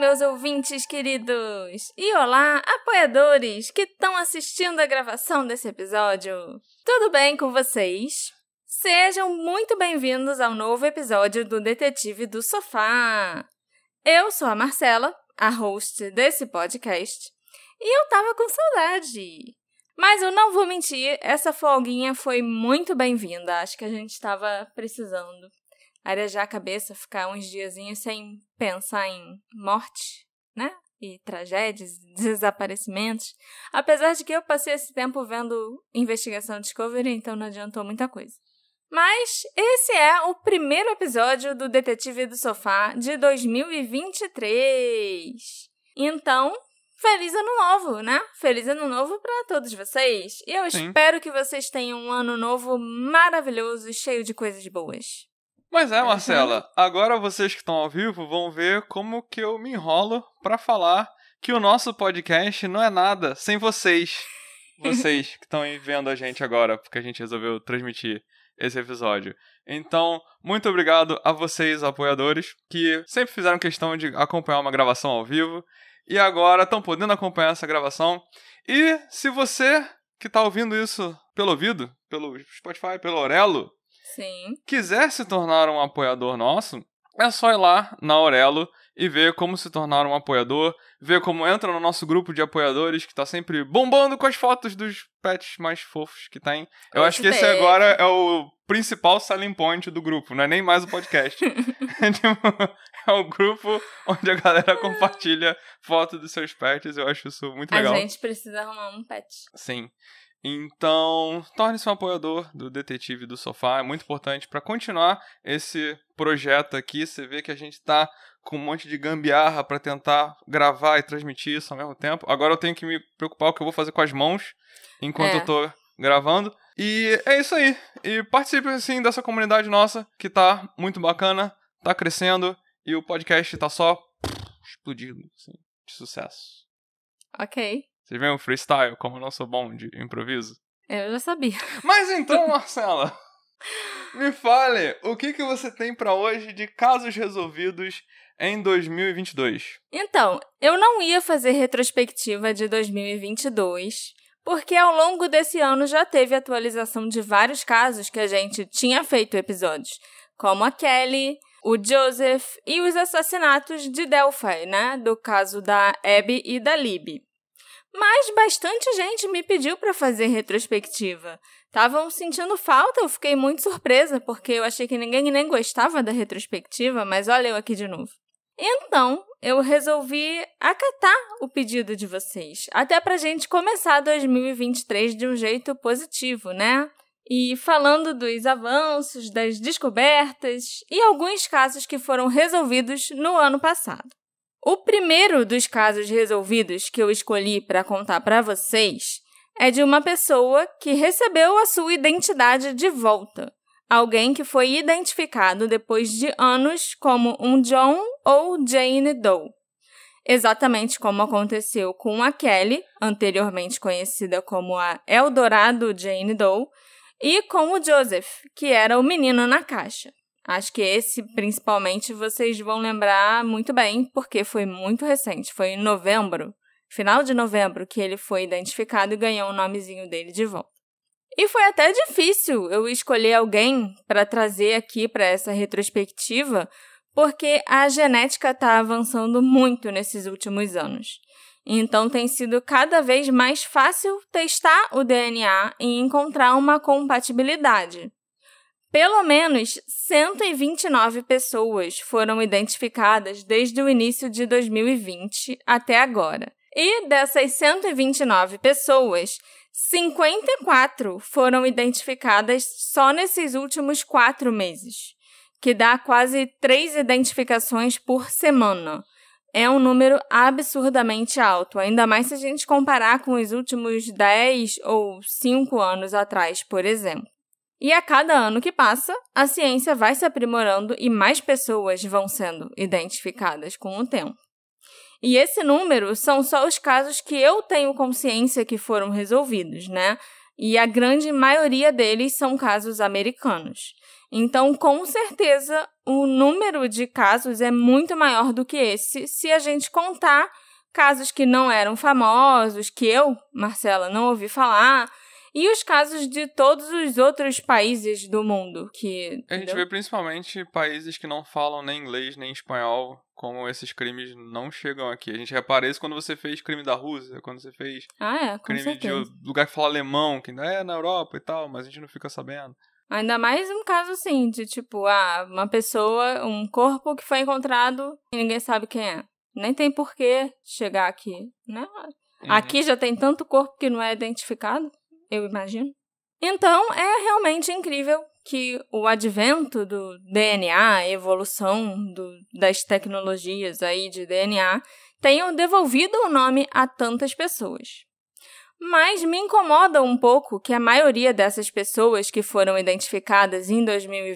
meus ouvintes queridos! E olá, apoiadores que estão assistindo a gravação desse episódio! Tudo bem com vocês? Sejam muito bem-vindos ao novo episódio do Detetive do Sofá! Eu sou a Marcela, a host desse podcast, e eu tava com saudade! Mas eu não vou mentir, essa folguinha foi muito bem-vinda, acho que a gente estava precisando. Arejar a cabeça, ficar uns diazinhos sem pensar em morte, né? E tragédias, desaparecimentos. Apesar de que eu passei esse tempo vendo Investigação Discovery, então não adiantou muita coisa. Mas esse é o primeiro episódio do Detetive do Sofá de 2023. Então, feliz ano novo, né? Feliz ano novo para todos vocês. E eu espero que vocês tenham um ano novo maravilhoso e cheio de coisas boas. Pois é, Marcela, agora vocês que estão ao vivo vão ver como que eu me enrolo pra falar que o nosso podcast não é nada sem vocês. Vocês que estão aí vendo a gente agora, porque a gente resolveu transmitir esse episódio. Então, muito obrigado a vocês, apoiadores, que sempre fizeram questão de acompanhar uma gravação ao vivo e agora estão podendo acompanhar essa gravação. E se você que está ouvindo isso pelo ouvido, pelo Spotify, pelo Orelo, Sim. quiser se tornar um apoiador nosso, é só ir lá na Orelo e ver como se tornar um apoiador, ver como entra no nosso grupo de apoiadores, que tá sempre bombando com as fotos dos pets mais fofos que tem. Eu acho que esse agora é o principal selling point do grupo, não é nem mais o podcast. É o grupo onde a galera compartilha foto dos seus pets, eu acho isso muito legal. A gente precisa arrumar um pet. Sim. Então, torne-se um apoiador do Detetive do Sofá, é muito importante para continuar esse projeto aqui. Você vê que a gente tá com um monte de gambiarra para tentar gravar e transmitir isso ao mesmo tempo. Agora eu tenho que me preocupar com o que eu vou fazer com as mãos enquanto eu tô gravando. E é isso aí. E participe, assim, dessa comunidade nossa, que tá muito bacana, tá crescendo, e o podcast tá só explodindo, assim, de sucesso. Ok. Vocês veem o freestyle, como eu não sou bom de improviso? Eu já sabia. Mas então, Marcela, me fale, o que você tem pra hoje de casos resolvidos em 2022? Então, eu não ia fazer retrospectiva de 2022, porque ao longo desse ano já teve atualização de vários casos que a gente tinha feito episódios, como a Kelly, o Joseph e os assassinatos de Delphi, né? Do caso da Abby e da Libby. Mas bastante gente me pediu para fazer retrospectiva. Estavam sentindo falta, eu fiquei muito surpresa, porque eu achei que ninguém nem gostava da retrospectiva, mas olha eu aqui de novo. Então, eu resolvi acatar o pedido de vocês, até pra gente começar 2023 de um jeito positivo, né? E falando dos avanços, das descobertas e alguns casos que foram resolvidos no ano passado. O primeiro dos casos resolvidos que eu escolhi para contar para vocês é de uma pessoa que recebeu a sua identidade de volta. Alguém que foi identificado depois de anos como um John ou Jane Doe. Exatamente como aconteceu com a Kelly, anteriormente conhecida como a Eldorado Jane Doe, e com o Joseph, que era o menino na caixa. Acho que esse, principalmente, vocês vão lembrar muito bem, porque foi muito recente. Foi em novembro, final de novembro, que ele foi identificado e ganhou o nomezinho dele de volta. E foi até difícil eu escolher alguém para trazer aqui para essa retrospectiva, porque a genética está avançando muito nesses últimos anos. Então, tem sido cada vez mais fácil testar o DNA e encontrar uma compatibilidade. Pelo menos 129 pessoas foram identificadas desde o início de 2020 até agora. E dessas 129 pessoas, 54 foram identificadas só nesses últimos 4 meses, que dá quase 3 identificações por semana. É um número absurdamente alto, ainda mais se a gente comparar com os últimos 10 ou 5 anos atrás, por exemplo. E a cada ano que passa, a ciência vai se aprimorando e mais pessoas vão sendo identificadas com o tempo. E esse número são só os casos que eu tenho consciência que foram resolvidos, né? e a grande maioria deles são casos americanos. Então, com certeza, o número de casos é muito maior do que esse, se a gente contar casos que não eram famosos, que eu, Marcela, não ouvi falar, e os casos de todos os outros países do mundo. A gente vê principalmente países que não falam nem inglês nem espanhol, como esses crimes não chegam aqui. A gente repara isso quando você fez crime da Rússia, quando você fez crime certeza. de lugar que fala alemão, que ainda é na Europa e tal, mas a gente não fica sabendo. Ainda mais um caso assim, de tipo, uma pessoa, um corpo que foi encontrado e ninguém sabe quem é. Nem tem por que chegar aqui, né? Aqui já tem tanto corpo que não é identificado, eu imagino. Então, é realmente incrível que o advento do DNA, a evolução das tecnologias aí de DNA, tenham devolvido o nome a tantas pessoas. Mas me incomoda um pouco que a maioria dessas pessoas que foram identificadas em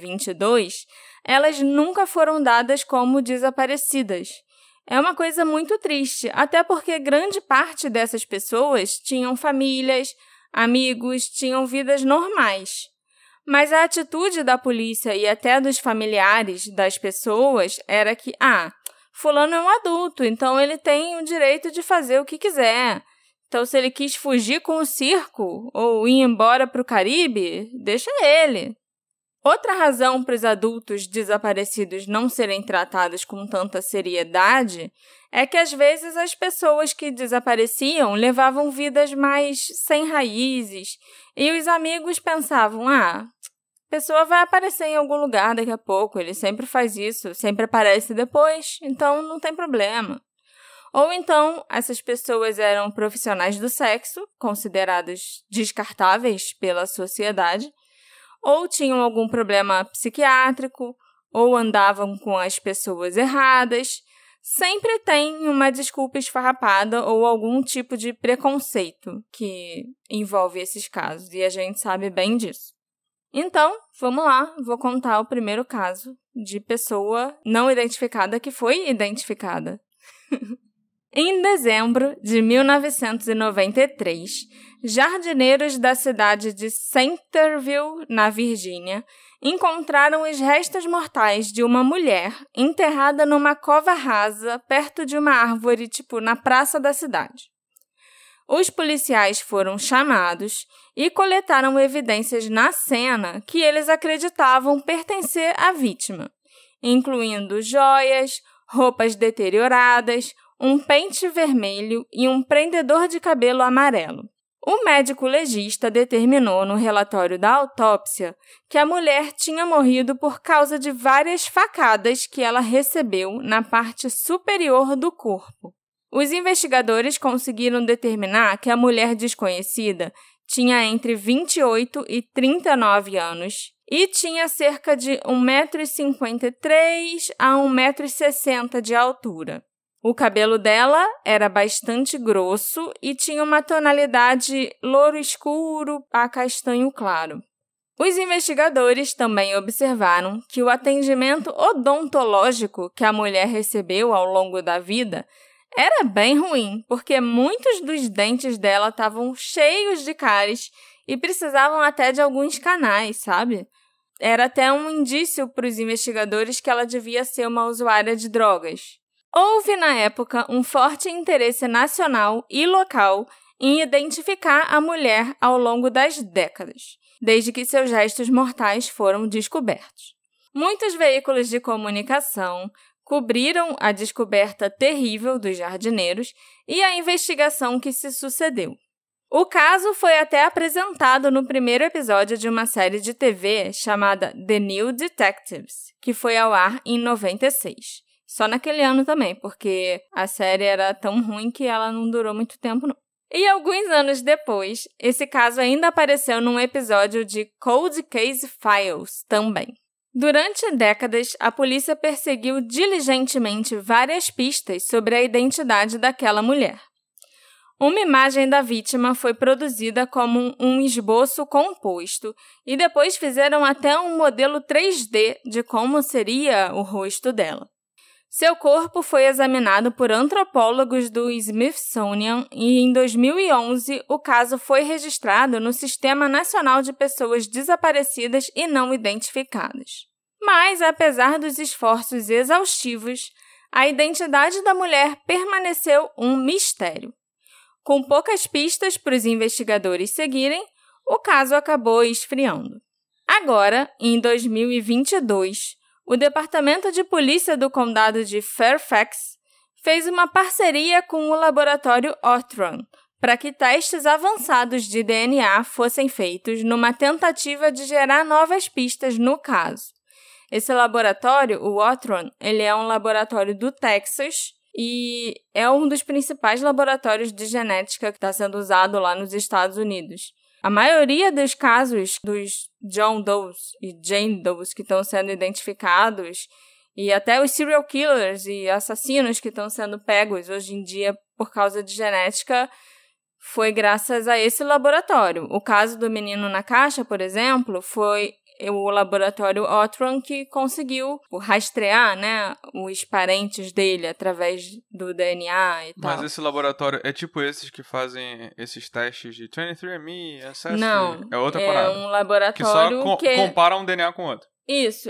2022, elas nunca foram dadas como desaparecidas. É uma coisa muito triste, até porque grande parte dessas pessoas tinham famílias, amigos, tinham vidas normais. Mas a atitude da polícia e até dos familiares das pessoas era que, fulano é um adulto, então ele tem o direito de fazer o que quiser. Então, se ele quis fugir com o circo ou ir embora para o Caribe, deixa ele. Outra razão para os adultos desaparecidos não serem tratados com tanta seriedade é que, às vezes, as pessoas que desapareciam levavam vidas mais sem raízes e os amigos pensavam, a pessoa vai aparecer em algum lugar daqui a pouco, ele sempre faz isso, sempre aparece depois, então não tem problema. Ou então, essas pessoas eram profissionais do sexo, considerados descartáveis pela sociedade, ou tinham algum problema psiquiátrico, ou andavam com as pessoas erradas. Sempre tem uma desculpa esfarrapada ou algum tipo de preconceito que envolve esses casos, e a gente sabe bem disso. Então, vamos lá, vou contar o primeiro caso de pessoa não identificada que foi identificada. Em dezembro de 1993, jardineiros da cidade de Centerville, na Virgínia, encontraram os restos mortais de uma mulher enterrada numa cova rasa perto de uma árvore, na praça da cidade. Os policiais foram chamados e coletaram evidências na cena que eles acreditavam pertencer à vítima, incluindo joias, roupas deterioradas, um pente vermelho e um prendedor de cabelo amarelo. O médico legista determinou no relatório da autópsia que a mulher tinha morrido por causa de várias facadas que ela recebeu na parte superior do corpo. Os investigadores conseguiram determinar que a mulher desconhecida tinha entre 28 e 39 anos e tinha cerca de 1,53 m a 1,60 m de altura. O cabelo dela era bastante grosso e tinha uma tonalidade louro escuro a castanho claro. Os investigadores também observaram que o atendimento odontológico que a mulher recebeu ao longo da vida era bem ruim, porque muitos dos dentes dela estavam cheios de cáries e precisavam até de alguns canais, sabe? Era até um indício para os investigadores que ela devia ser uma usuária de drogas. Houve, na época, um forte interesse nacional e local em identificar a mulher ao longo das décadas, desde que seus restos mortais foram descobertos. Muitos veículos de comunicação cobriram a descoberta terrível dos jardineiros e a investigação que se sucedeu. O caso foi até apresentado no primeiro episódio de uma série de TV chamada The New Detectives, que foi ao ar em 96. Só naquele ano também, porque a série era tão ruim que ela não durou muito tempo, não. E alguns anos depois, esse caso ainda apareceu num episódio de Cold Case Files também. Durante décadas, a polícia perseguiu diligentemente várias pistas sobre a identidade daquela mulher. Uma imagem da vítima foi produzida como um esboço composto e depois fizeram até um modelo 3D de como seria o rosto dela. Seu corpo foi examinado por antropólogos do Smithsonian e, em 2011, o caso foi registrado no Sistema Nacional de Pessoas Desaparecidas e Não Identificadas. Mas, apesar dos esforços exaustivos, a identidade da mulher permaneceu um mistério. Com poucas pistas para os investigadores seguirem, o caso acabou esfriando. Agora, em 2022, o Departamento de Polícia do Condado de Fairfax fez uma parceria com o laboratório Othron para que testes avançados de DNA fossem feitos numa tentativa de gerar novas pistas no caso. Esse laboratório, o Othron, ele é um laboratório do Texas e é um dos principais laboratórios de genética que está sendo usado lá nos Estados Unidos. A maioria dos casos dos John Does e Jane Does que estão sendo identificados e até os serial killers e assassinos que estão sendo pegos hoje em dia por causa de genética foi graças a esse laboratório. O caso do menino na caixa, por exemplo, foi o laboratório Othron que conseguiu rastrear, né, os parentes dele através do DNA e tal. Mas esse laboratório é tipo esses que fazem esses testes de 23andMe, Ancestry? Não, é outra parada. É um laboratório que só compara um DNA com o outro. Isso.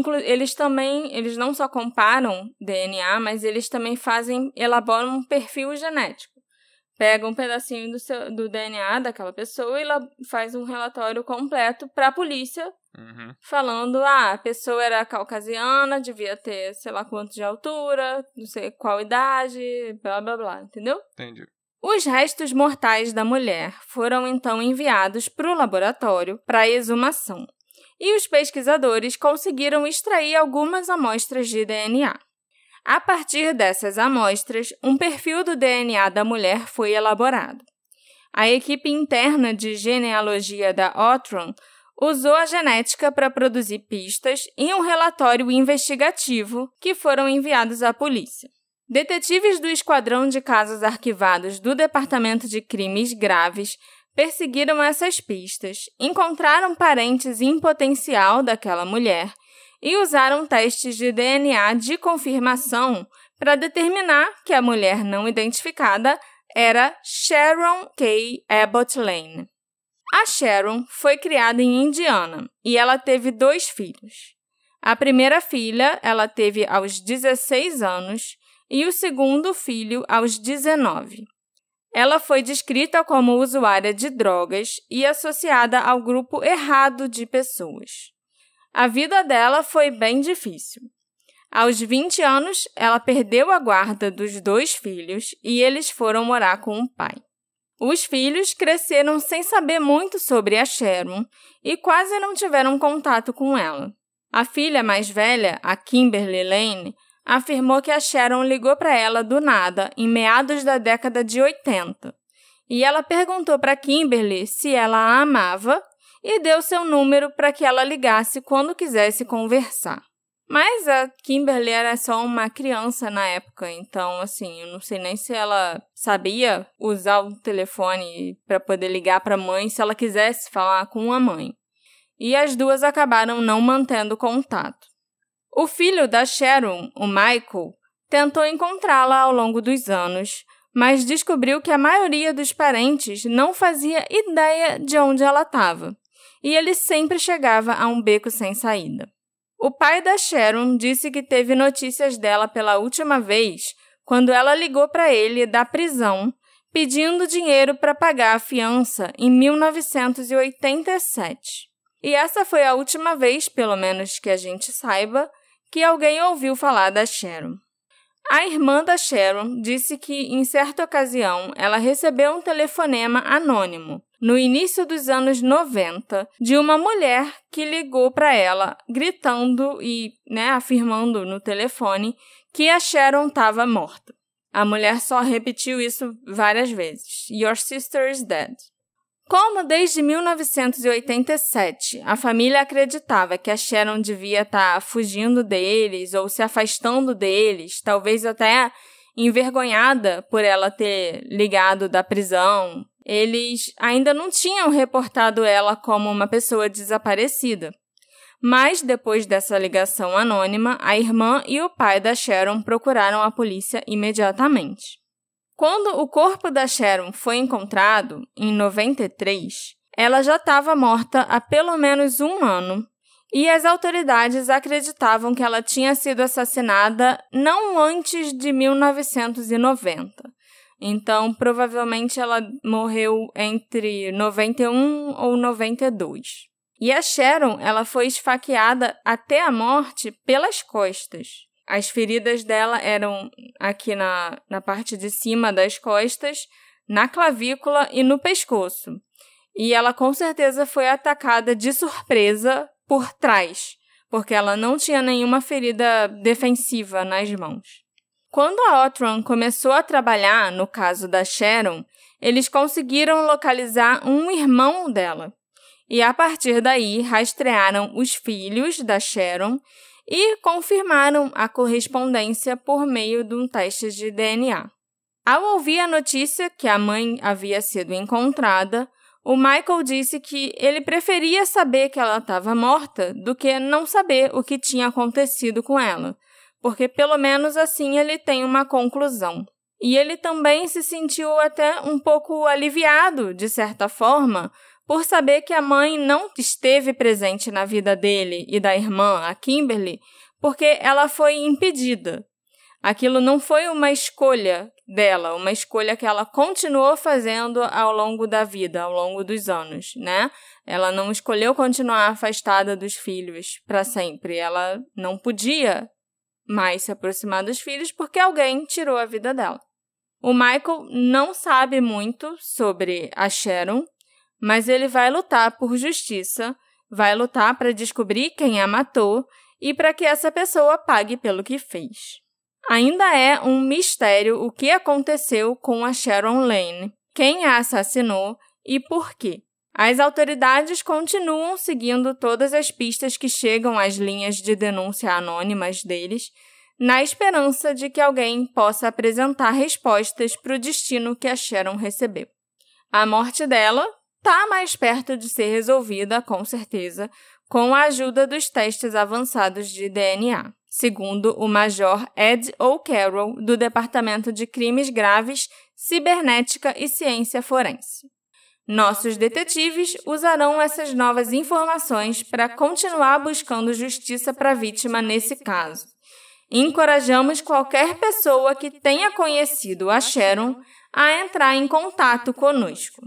Eles não só comparam DNA, mas eles também elaboram um perfil genético. Pega um pedacinho do DNA daquela pessoa e faz um relatório completo para a polícia, falando, a pessoa era caucasiana, devia ter sei lá quanto de altura, não sei qual idade, blá, blá, blá, entendeu? Entendi. Os restos mortais da mulher foram então enviados para o laboratório para exumação, e os pesquisadores conseguiram extrair algumas amostras de DNA. A partir dessas amostras, um perfil do DNA da mulher foi elaborado. A equipe interna de genealogia da Othron usou a genética para produzir pistas e um relatório investigativo que foram enviados à polícia. Detetives do Esquadrão de Casos Arquivados do Departamento de Crimes Graves perseguiram essas pistas, encontraram parentes em potencial daquela mulher e usaram testes de DNA de confirmação para determinar que a mulher não identificada era Sharon K. Abbott Lane. A Sharon foi criada em Indiana e ela teve 2 filhos. A primeira filha ela teve aos 16 anos e o segundo filho aos 19. Ela foi descrita como usuária de drogas e associada ao grupo errado de pessoas. A vida dela foi bem difícil. Aos 20 anos, ela perdeu a guarda dos 2 filhos e eles foram morar com o pai. Os filhos cresceram sem saber muito sobre a Sharon e quase não tiveram contato com ela. A filha mais velha, a Kimberly Lane, afirmou que a Sharon ligou para ela do nada em meados da década de 80. E ela perguntou para Kimberly se ela a amava e deu seu número para que ela ligasse quando quisesse conversar. Mas a Kimberly era só uma criança na época, então, assim, eu não sei nem se ela sabia usar o telefone para poder ligar para a mãe se ela quisesse falar com a mãe. E as duas acabaram não mantendo contato. O filho da Sharon, o Michael, tentou encontrá-la ao longo dos anos, mas descobriu que a maioria dos parentes não fazia ideia de onde ela estava. E ele sempre chegava a um beco sem saída. O pai da Sharon disse que teve notícias dela pela última vez quando ela ligou para ele da prisão pedindo dinheiro para pagar a fiança em 1987. E essa foi a última vez, pelo menos que a gente saiba, que alguém ouviu falar da Sharon. A irmã da Sharon disse que, em certa ocasião, ela recebeu um telefonema anônimo, no início dos anos 90, de uma mulher que ligou para ela, gritando e afirmando no telefone que a Sharon estava morta. A mulher só repetiu isso várias vezes. Your sister is dead. Como desde 1987 a família acreditava que a Sharon devia estar fugindo deles ou se afastando deles, talvez até envergonhada por ela ter ligado da prisão, eles ainda não tinham reportado ela como uma pessoa desaparecida. Mas, depois dessa ligação anônima, a irmã e o pai da Sharon procuraram a polícia imediatamente. Quando o corpo da Sharon foi encontrado, em 93, ela já estava morta há pelo menos 1 ano, e as autoridades acreditavam que ela tinha sido assassinada não antes de 1990. Então, provavelmente ela morreu entre 91 ou 92. E a Sharon, ela foi esfaqueada até a morte pelas costas. As feridas dela eram aqui na parte de cima das costas, na clavícula e no pescoço. E ela com certeza foi atacada de surpresa por trás, porque ela não tinha nenhuma ferida defensiva nas mãos. Quando a Outram começou a trabalhar no caso da Sharon, eles conseguiram localizar um irmão dela. E a partir daí rastrearam os filhos da Sharon e confirmaram a correspondência por meio de um teste de DNA. Ao ouvir a notícia que a mãe havia sido encontrada, o Michael disse que ele preferia saber que ela estava morta do que não saber o que tinha acontecido com ela, porque pelo menos assim ele tem uma conclusão. E ele também se sentiu até um pouco aliviado, de certa forma, por saber que a mãe não esteve presente na vida dele e da irmã, a Kimberly, porque ela foi impedida. Aquilo não foi uma escolha dela, uma escolha que ela continuou fazendo ao longo da vida, ao longo dos anos, né? Ela não escolheu continuar afastada dos filhos para sempre. Ela não podia mais se aproximar dos filhos porque alguém tirou a vida dela. O Michael não sabe muito sobre a Sharon, mas ele vai lutar por justiça, vai lutar para descobrir quem a matou e para que essa pessoa pague pelo que fez. Ainda é um mistério o que aconteceu com a Sharon Lane, quem a assassinou e por quê. As autoridades continuam seguindo todas as pistas que chegam às linhas de denúncia anônimas deles, na esperança de que alguém possa apresentar respostas para o destino que a Sharon recebeu. A morte dela está mais perto de ser resolvida, com certeza, com a ajuda dos testes avançados de DNA, segundo o Major Ed O'Carroll, do Departamento de Crimes Graves, Cibernética e Ciência Forense. Nossos detetives usarão essas novas informações para continuar buscando justiça para a vítima nesse caso. Encorajamos qualquer pessoa que tenha conhecido a Sharon a entrar em contato conosco.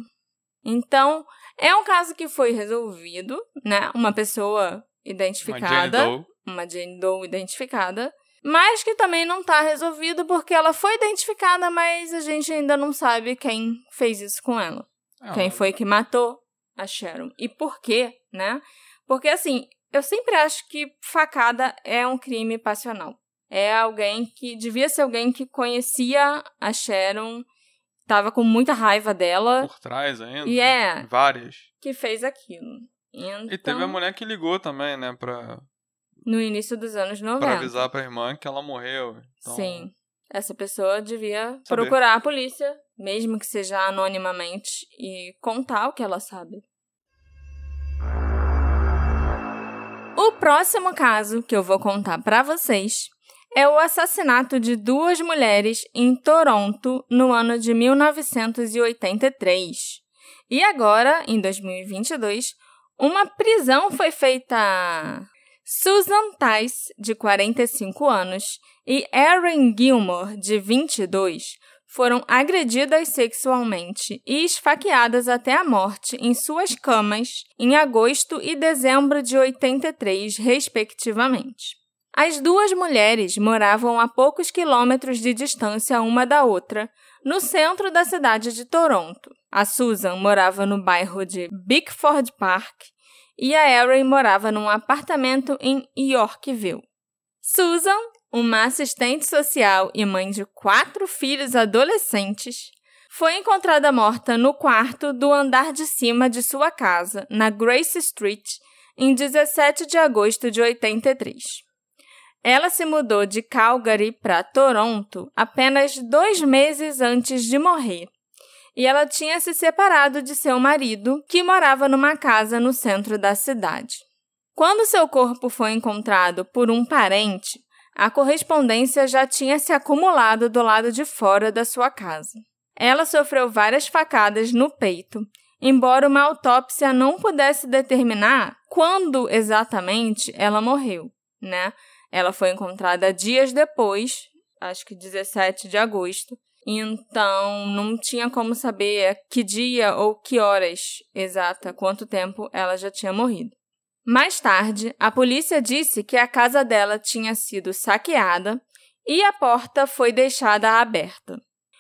Então, é um caso que foi resolvido, né? Uma pessoa identificada, uma Jane Doe identificada, mas que também não está resolvido porque ela foi identificada, mas a gente ainda não sabe quem fez isso com ela. Quem foi que matou a Sharon e por quê, né? Porque, assim, eu sempre acho que facada é um crime passional. É alguém que devia ser alguém que conhecia a Sharon, tava com muita raiva dela. Por trás ainda. E várias. Que fez aquilo. Então, e teve a mulher que ligou também, né? No início dos anos 90. Pra avisar pra irmã que ela morreu. Então... Sim. Essa pessoa devia procurar a polícia, mesmo que seja anonimamente, e contar o que ela sabe. O próximo caso que eu vou contar pra vocês é o assassinato de 2 mulheres em Toronto no ano de 1983. E agora, em 2022, uma prisão foi feita a Susan Tice, de 45 anos, e Erin Gilmore, de 22, foram agredidas sexualmente e esfaqueadas até a morte em suas camas em agosto e dezembro de 83, respectivamente. As 2 mulheres moravam a poucos quilômetros de distância uma da outra, no centro da cidade de Toronto. A Susan morava no bairro de Bickford Park e a Erin morava num apartamento em Yorkville. Susan, uma assistente social e mãe de 4 filhos adolescentes, foi encontrada morta no quarto do andar de cima de sua casa, na Grace Street, em 17 de agosto de 83. Ela se mudou de Calgary para Toronto apenas 2 meses antes de morrer, e ela tinha se separado de seu marido, que morava numa casa no centro da cidade. Quando seu corpo foi encontrado por um parente, a correspondência já tinha se acumulado do lado de fora da sua casa. Ela sofreu várias facadas no peito, embora uma autópsia não pudesse determinar quando exatamente ela morreu, né? Ela foi encontrada dias depois, acho que 17 de agosto, então não tinha como saber que dia ou que horas exata, quanto tempo ela já tinha morrido. Mais tarde, a polícia disse que a casa dela tinha sido saqueada e a porta foi deixada aberta.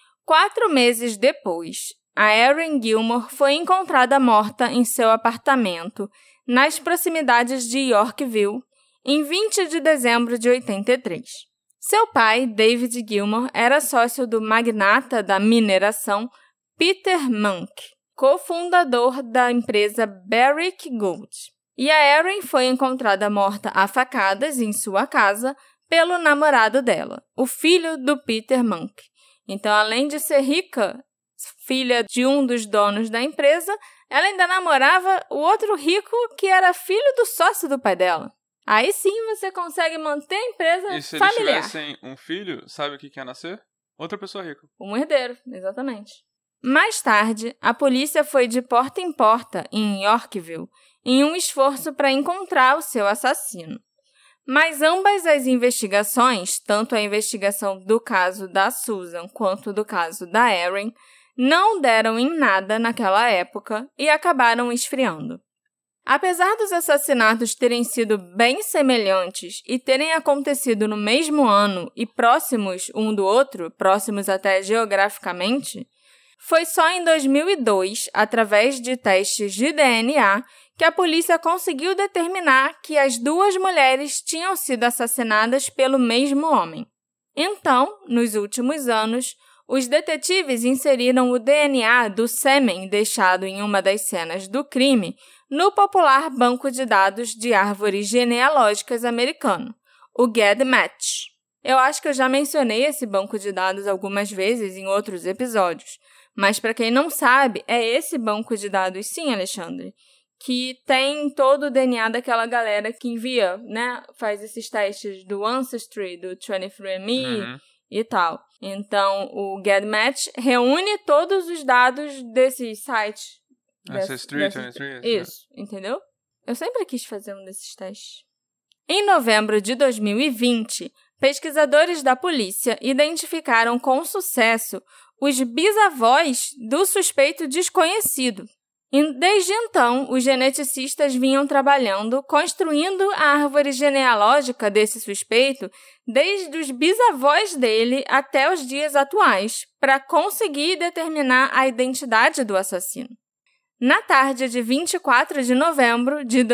4 meses depois, a Erin Gilmore foi encontrada morta em seu apartamento, nas proximidades de Yorkville, em 20 de dezembro de 83. Seu pai, David Gilmore, era sócio do magnata da mineração Peter Munk, cofundador da empresa Barrick Gold. E a Erin foi encontrada morta a facadas em sua casa pelo namorado dela, o filho do Peter Munk. Então, além de ser rica, filha de um dos donos da empresa, ela ainda namorava o outro rico que era filho do sócio do pai dela. Aí sim você consegue manter a empresa familiar. E se eles tivessem um filho, sabe o que ia nascer? Outra pessoa rica. Um herdeiro, exatamente. Mais tarde, a polícia foi de porta em porta em Yorkville em um esforço para encontrar o seu assassino. Mas ambas as investigações, tanto a investigação do caso da Susan quanto do caso da Erin, não deram em nada naquela época e acabaram esfriando. Apesar dos assassinatos terem sido bem semelhantes e terem acontecido no mesmo ano e próximos um do outro, próximos até geograficamente, foi só em 2002, através de testes de DNA, que a polícia conseguiu determinar que as 2 mulheres tinham sido assassinadas pelo mesmo homem. Então, nos últimos anos, os detetives inseriram o DNA do sêmen deixado em uma das cenas do crime no popular banco de dados de árvores genealógicas americano, o GEDmatch. Eu acho que eu já mencionei esse banco de dados algumas vezes em outros episódios, mas para quem não sabe, é esse banco de dados, sim, Alexandre, que tem todo o DNA daquela galera que envia, né? Faz esses testes do Ancestry, do 23andMe e tal. Então, o GEDmatch reúne todos os dados desse site. Ancestry, 23. Isso, entendeu? Eu sempre quis fazer um desses testes. Em novembro de 2020, pesquisadores da polícia identificaram com sucesso os bisavós do suspeito desconhecido. Desde então, os geneticistas vinham trabalhando, construindo a árvore genealógica desse suspeito desde os bisavós dele até os dias atuais, para conseguir determinar a identidade do assassino. Na tarde de 24 de novembro de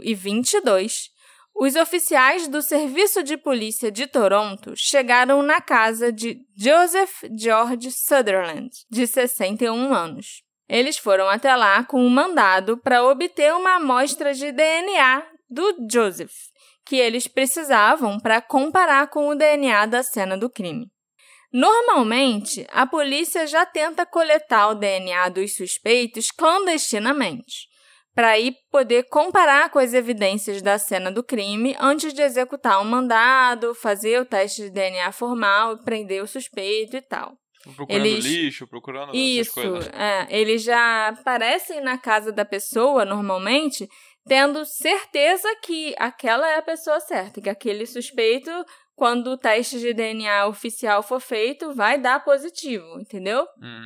2022, os oficiais do Serviço de Polícia de Toronto chegaram na casa de Joseph George Sutherland, de 61 anos. Eles foram até lá com um mandado para obter uma amostra de DNA do Joseph, que eles precisavam para comparar com o DNA da cena do crime. Normalmente, a polícia já tenta coletar o DNA dos suspeitos clandestinamente, para aí poder comparar com as evidências da cena do crime antes de executar um mandado, fazer o teste de DNA formal e prender o suspeito e tal. Procurando lixo, procurando essas coisas. Eles já aparecem na casa da pessoa, normalmente, tendo certeza que aquela é a pessoa certa, que aquele suspeito, quando o teste de DNA oficial for feito, vai dar positivo, entendeu?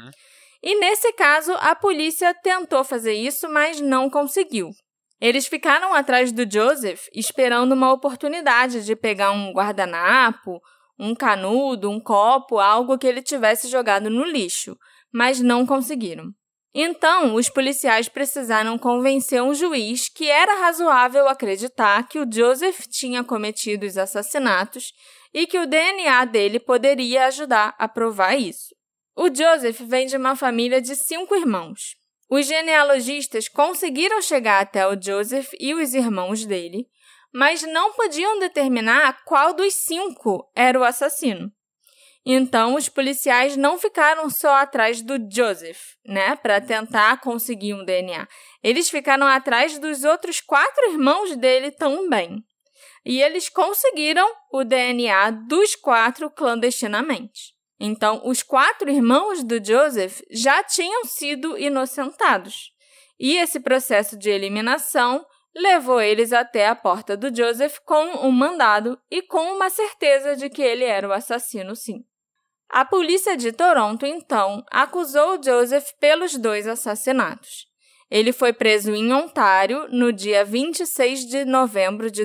E nesse caso, a polícia tentou fazer isso, mas não conseguiu. Eles ficaram atrás do Joseph esperando uma oportunidade de pegar um guardanapo, um canudo, um copo, algo que ele tivesse jogado no lixo, mas não conseguiram. Então, os policiais precisaram convencer um juiz que era razoável acreditar que o Joseph tinha cometido os assassinatos e que o DNA dele poderia ajudar a provar isso. O Joseph vem de uma família de 5 irmãos. Os genealogistas conseguiram chegar até o Joseph e os irmãos dele, mas não podiam determinar qual dos 5 era o assassino. Então, os policiais não ficaram só atrás do Joseph, né, para tentar conseguir um DNA. Eles ficaram atrás dos outros 4 irmãos dele também. E eles conseguiram o DNA dos 4 clandestinamente. Então, os 4 irmãos do Joseph já tinham sido inocentados. E esse processo de eliminação levou eles até a porta do Joseph com um mandado e com uma certeza de que ele era o assassino, sim. A polícia de Toronto, então, acusou o Joseph pelos 2 assassinatos. Ele foi preso em Ontário no dia 26 de novembro de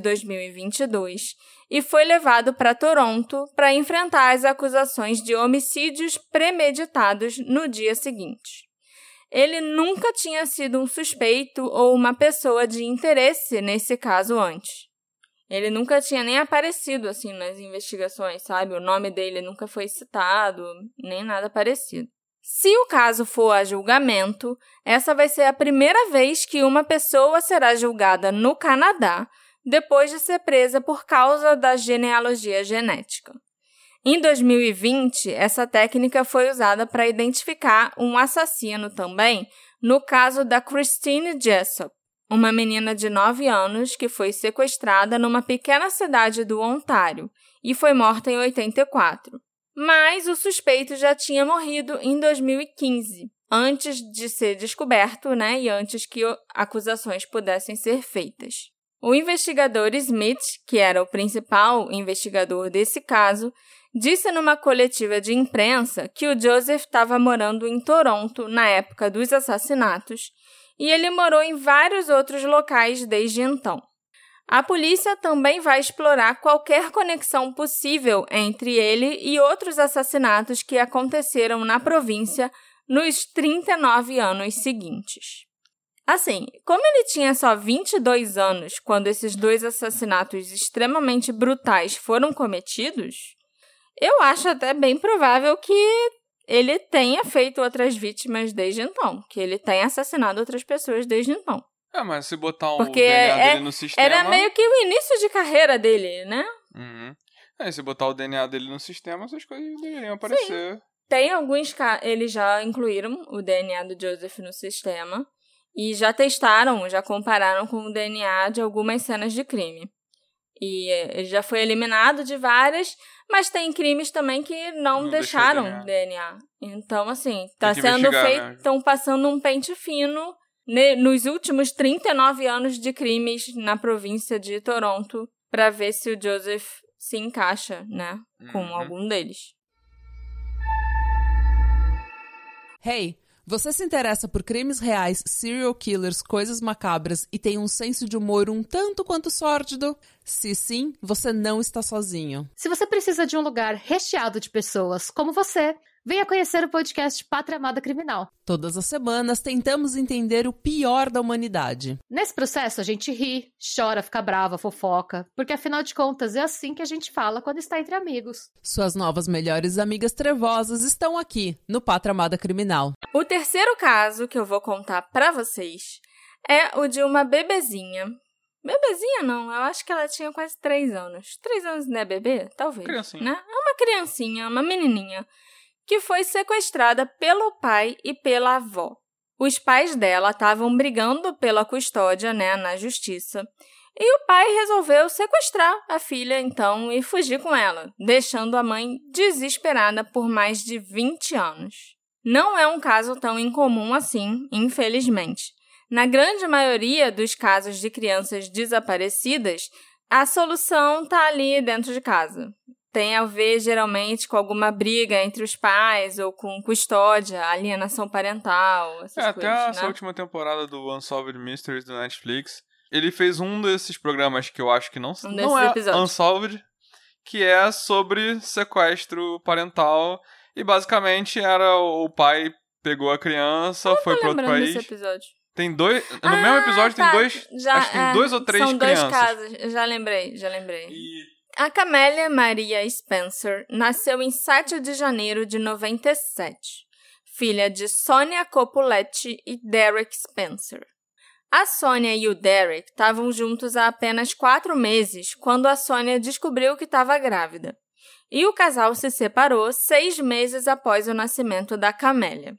2022 e foi levado para Toronto para enfrentar as acusações de homicídios premeditados no dia seguinte. Ele nunca tinha sido um suspeito ou uma pessoa de interesse nesse caso antes. Ele nunca tinha nem aparecido assim nas investigações, sabe? O nome dele nunca foi citado, nem nada parecido. Se o caso for a julgamento, essa vai ser a primeira vez que uma pessoa será julgada no Canadá depois de ser presa por causa da genealogia genética. Em 2020, essa técnica foi usada para identificar um assassino também no caso da Christine Jessop, uma menina de 9 anos que foi sequestrada numa pequena cidade do Ontário e foi morta em 84. Mas o suspeito já tinha morrido em 2015, antes de ser descoberto, né, e antes que acusações pudessem ser feitas. O investigador Smith, que era o principal investigador desse caso, disse numa coletiva de imprensa que o Joseph estava morando em Toronto na época dos assassinatos e ele morou em vários outros locais desde então. A polícia também vai explorar qualquer conexão possível entre ele e outros assassinatos que aconteceram na província nos 39 anos seguintes. Assim, como ele tinha só 22 anos quando esses 2 assassinatos extremamente brutais foram cometidos, eu acho até bem provável que ele tenha feito outras vítimas desde então, que ele tenha assassinado outras pessoas desde então. Mas se botar o Porque DNA dele no sistema... Era meio que o início de carreira dele, né? Uhum. Se botar o DNA dele no sistema, essas coisas deveriam aparecer. Sim. Tem alguns casos, eles já incluíram o DNA do Joseph no sistema e já testaram, já compararam com o DNA de algumas cenas de crime. E ele já foi eliminado de várias, mas tem crimes também que não deixaram DNA. Então, assim, tá sendo feito, estão passando um pente fino nos últimos 39 anos de crimes na província de Toronto para ver se o Joseph se encaixa, né, com algum deles. Hey, você se interessa por crimes reais, serial killers, coisas macabras e tem um senso de humor um tanto quanto sórdido? Se sim, você não está sozinho. Se você precisa de um lugar recheado de pessoas como você, venha conhecer o podcast Pátria Amada Criminal. Todas as semanas tentamos entender o pior da humanidade. Nesse processo a gente ri, chora, fica brava, fofoca, porque afinal de contas é assim que a gente fala quando está entre amigos. Suas novas melhores amigas trevosas estão aqui, no Pátria Amada Criminal. O terceiro caso que eu vou contar pra vocês é o de uma bebezinha. Bebezinha não, eu acho que ela tinha quase 3 anos. 3 anos não é bebê? Talvez. Criancinha. Né? É uma criancinha, uma menininha, que foi sequestrada pelo pai e pela avó. Os pais dela estavam brigando pela custódia, né, na justiça, e o pai resolveu sequestrar a filha, então, e fugir com ela, deixando a mãe desesperada por mais de 20 anos. Não é um caso tão incomum assim, infelizmente. Na grande maioria dos casos de crianças desaparecidas, a solução está ali dentro de casa. Tem a ver, geralmente, com alguma briga entre os pais ou com custódia, alienação parental, essas coisas, até essa né? última temporada do Unsolved Mysteries do Netflix, ele fez um desses programas que eu acho que não é episódios. Unsolved, que é sobre sequestro parental. E basicamente era o pai pegou a criança, foi para outro país. Desse episódio. Tem 2. No mesmo episódio tem 2. Acho que tem 2 ou 3 são crianças. São 2 casos, já lembrei. A Camélia Maria Spencer nasceu em 7 de janeiro de 97, filha de Sonia Copuletti e Derek Spencer. A Sonia e o Derek estavam juntos há apenas 4 meses quando a Sonia descobriu que estava grávida. E o casal se separou 6 meses após o nascimento da Camélia.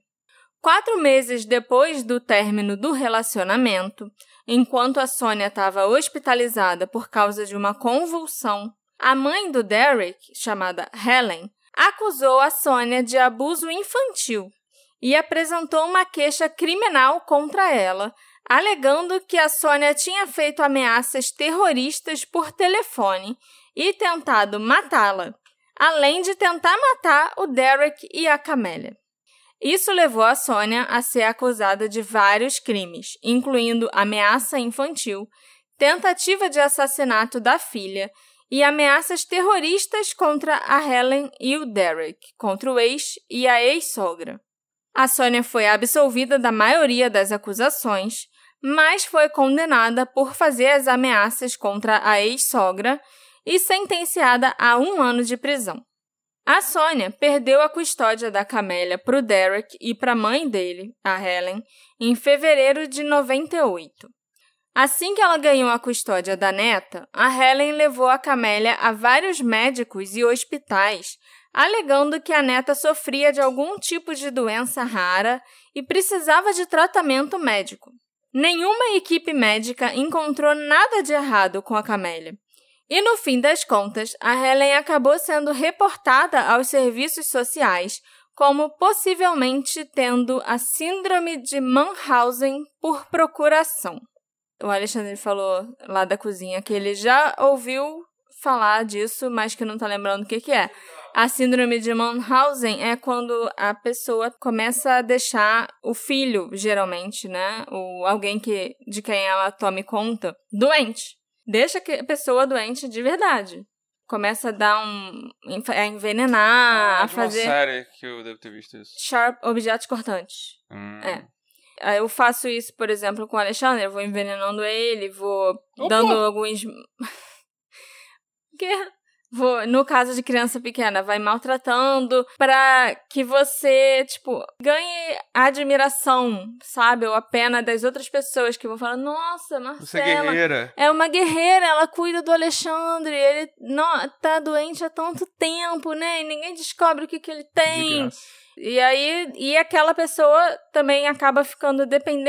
4 meses depois do término do relacionamento, enquanto a Sônia estava hospitalizada por causa de uma convulsão, a mãe do Derek, chamada Helen, acusou a Sônia de abuso infantil e apresentou uma queixa criminal contra ela, alegando que a Sônia tinha feito ameaças terroristas por telefone e tentado matá-la, além de tentar matar o Derek e a Camélia. Isso levou a Sônia a ser acusada de vários crimes, incluindo ameaça infantil, tentativa de assassinato da filha e ameaças terroristas contra a Helen e o Derek, contra o ex e a ex-sogra. A Sônia foi absolvida da maioria das acusações, mas foi condenada por fazer as ameaças contra a ex-sogra e sentenciada a 1 ano de prisão. A Sônia perdeu a custódia da Camélia para o Derek e para a mãe dele, a Helen, em fevereiro de 98. Assim que ela ganhou a custódia da neta, a Helen levou a Camélia a vários médicos e hospitais, alegando que a neta sofria de algum tipo de doença rara e precisava de tratamento médico. Nenhuma equipe médica encontrou nada de errado com a Camélia. E, no fim das contas, a Helen acabou sendo reportada aos serviços sociais como possivelmente tendo a síndrome de Munchausen por procuração. O Alexandre falou lá da cozinha que ele já ouviu falar disso, mas que não está lembrando o que é. A síndrome de Munchausen é quando a pessoa começa a deixar o filho, geralmente, né? Ou alguém de quem ela tome conta, doente. Deixa a pessoa doente de verdade. Começa a dar a envenenar, a fazer... uma série que eu devo ter visto isso. Sharp, objetos cortantes. Eu faço isso, por exemplo, com o Alexandre. Eu vou envenenando ele, vou dando alguns... No caso de criança pequena, vai maltratando pra que você, ganhe a admiração, sabe? Ou a pena das outras pessoas que vão falar, nossa, Marcela... Você é guerreira. É uma guerreira, ela cuida do Alexandre, ele tá doente há tanto tempo, né? E ninguém descobre o que ele tem. E aí, aquela pessoa também acaba ficando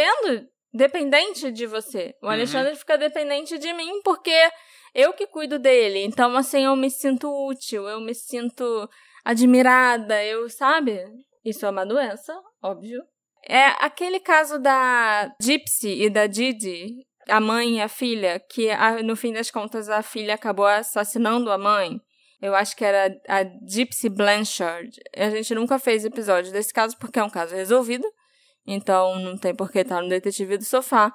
dependente de você. O Alexandre fica dependente de mim porque... eu que cuido dele, então, assim, eu me sinto útil, eu me sinto admirada, sabe? Isso é uma doença, óbvio. É aquele caso da Gypsy e da Didi, a mãe e a filha, que no fim das contas a filha acabou assassinando a mãe. Eu acho que era a Gypsy Blanchard. A gente nunca fez episódio desse caso porque é um caso resolvido. Então, não tem por que estar no Detetive do Sofá.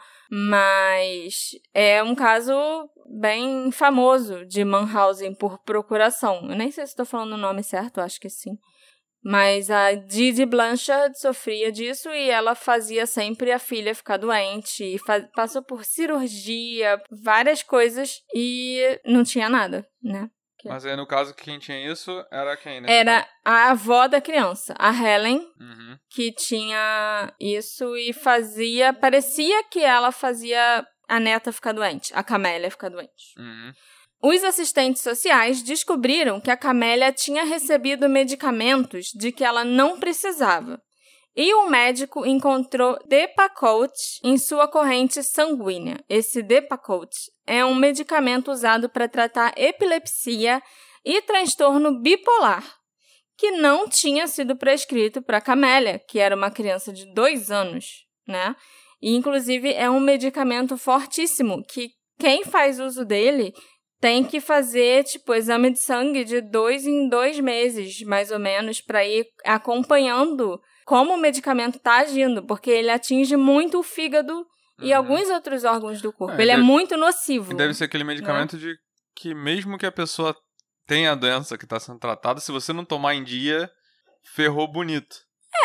Mas é um caso bem famoso de Munchausen por procuração. Eu nem sei se estou falando o nome certo, acho que sim. Mas a Didi Blanchard sofria disso e ela fazia sempre a filha ficar doente. E passou por cirurgia, várias coisas e não tinha nada, né? Mas aí, no caso, quem tinha isso era quem, né? Era a avó da criança, a Helen, que tinha isso e parecia que ela fazia a neta ficar doente, a Camélia ficar doente. Os assistentes sociais descobriram que a Camélia tinha recebido medicamentos de que ela não precisava. E o médico encontrou Depakote em sua corrente sanguínea. Esse Depakote é um medicamento usado para tratar epilepsia e transtorno bipolar, que não tinha sido prescrito para Camélia, que era uma criança de 2 anos, né? E, inclusive, é um medicamento fortíssimo, que quem faz uso dele tem que fazer, exame de sangue de 2 em 2 meses, mais ou menos, para ir acompanhando como o medicamento está agindo, porque ele atinge muito o fígado e alguns outros órgãos do corpo. Ele é muito nocivo. Deve ser aquele medicamento de que mesmo que a pessoa tenha a doença que está sendo tratada, se você não tomar em dia, ferrou bonito.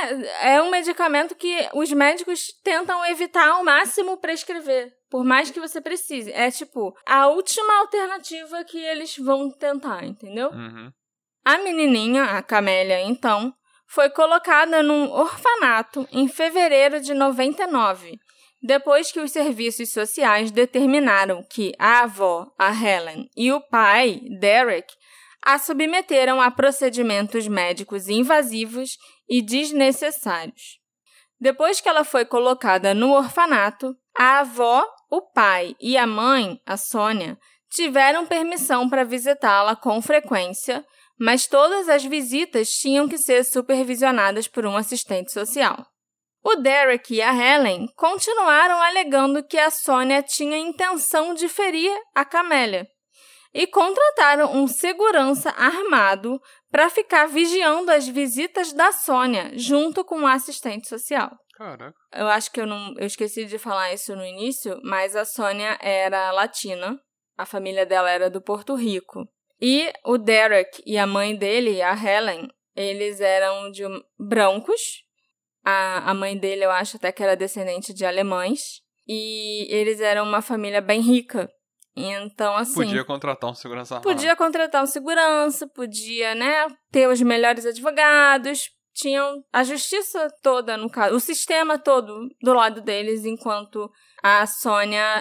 É um medicamento que os médicos tentam evitar ao máximo prescrever, por mais que você precise. É a última alternativa que eles vão tentar, entendeu? A menininha, a Camélia, então, foi colocada num orfanato em fevereiro de 99, depois que os serviços sociais determinaram que a avó, a Helen, e o pai, Derek, a submeteram a procedimentos médicos invasivos e desnecessários. Depois que ela foi colocada no orfanato, a avó, o pai e a mãe, a Sônia, tiveram permissão para visitá-la com frequência, mas todas as visitas tinham que ser supervisionadas por um assistente social. O Derek e a Helen continuaram alegando que a Sônia tinha intenção de ferir a Camélia e contrataram um segurança armado para ficar vigiando as visitas da Sônia junto com o assistente social. Caraca. Eu acho que eu esqueci de falar isso no início, mas a Sônia era latina, a família dela era do Porto Rico. E o Derek e a mãe dele, a Helen, eles eram brancos. A mãe dele, eu acho até que era descendente de alemães. E eles eram uma família bem rica. Então, assim... Podia contratar um segurança armado. Podia contratar um segurança, podia, ter os melhores advogados. Tinham a justiça toda, no caso, o sistema todo do lado deles, enquanto a Sônia...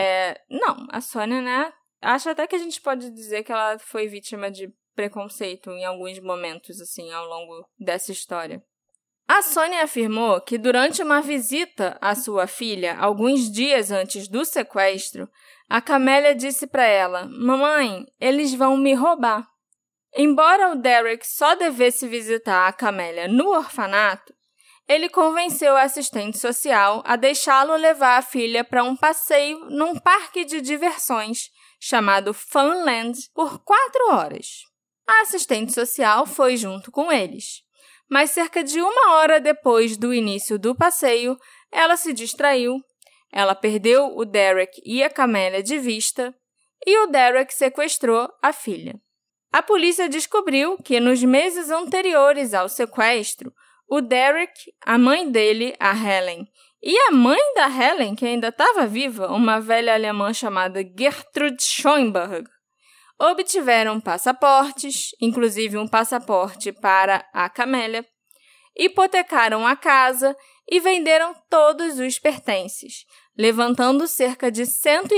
Não, a Sônia, acho até que a gente pode dizer que ela foi vítima de preconceito em alguns momentos, assim, ao longo dessa história. A Sônia afirmou que durante uma visita à sua filha, alguns dias antes do sequestro, a Camélia disse para ela: "Mamãe, eles vão me roubar." Embora o Derek só devesse visitar a Camélia no orfanato, ele convenceu o assistente social a deixá-lo levar a filha para um passeio num parque de diversões chamado Funland por 4 horas. A assistente social foi junto com eles. Mas cerca de 1 hora depois do início do passeio, ela se distraiu, ela perdeu o Derek e a Camélia de vista e o Derek sequestrou a filha. A polícia descobriu que nos meses anteriores ao sequestro, o Derek, a mãe dele, a Helen, e a mãe da Helen, que ainda estava viva, uma velha alemã chamada Gertrude Schoenberg, obtiveram passaportes, inclusive um passaporte para a Camélia, hipotecaram a casa e venderam todos os pertences, levantando cerca de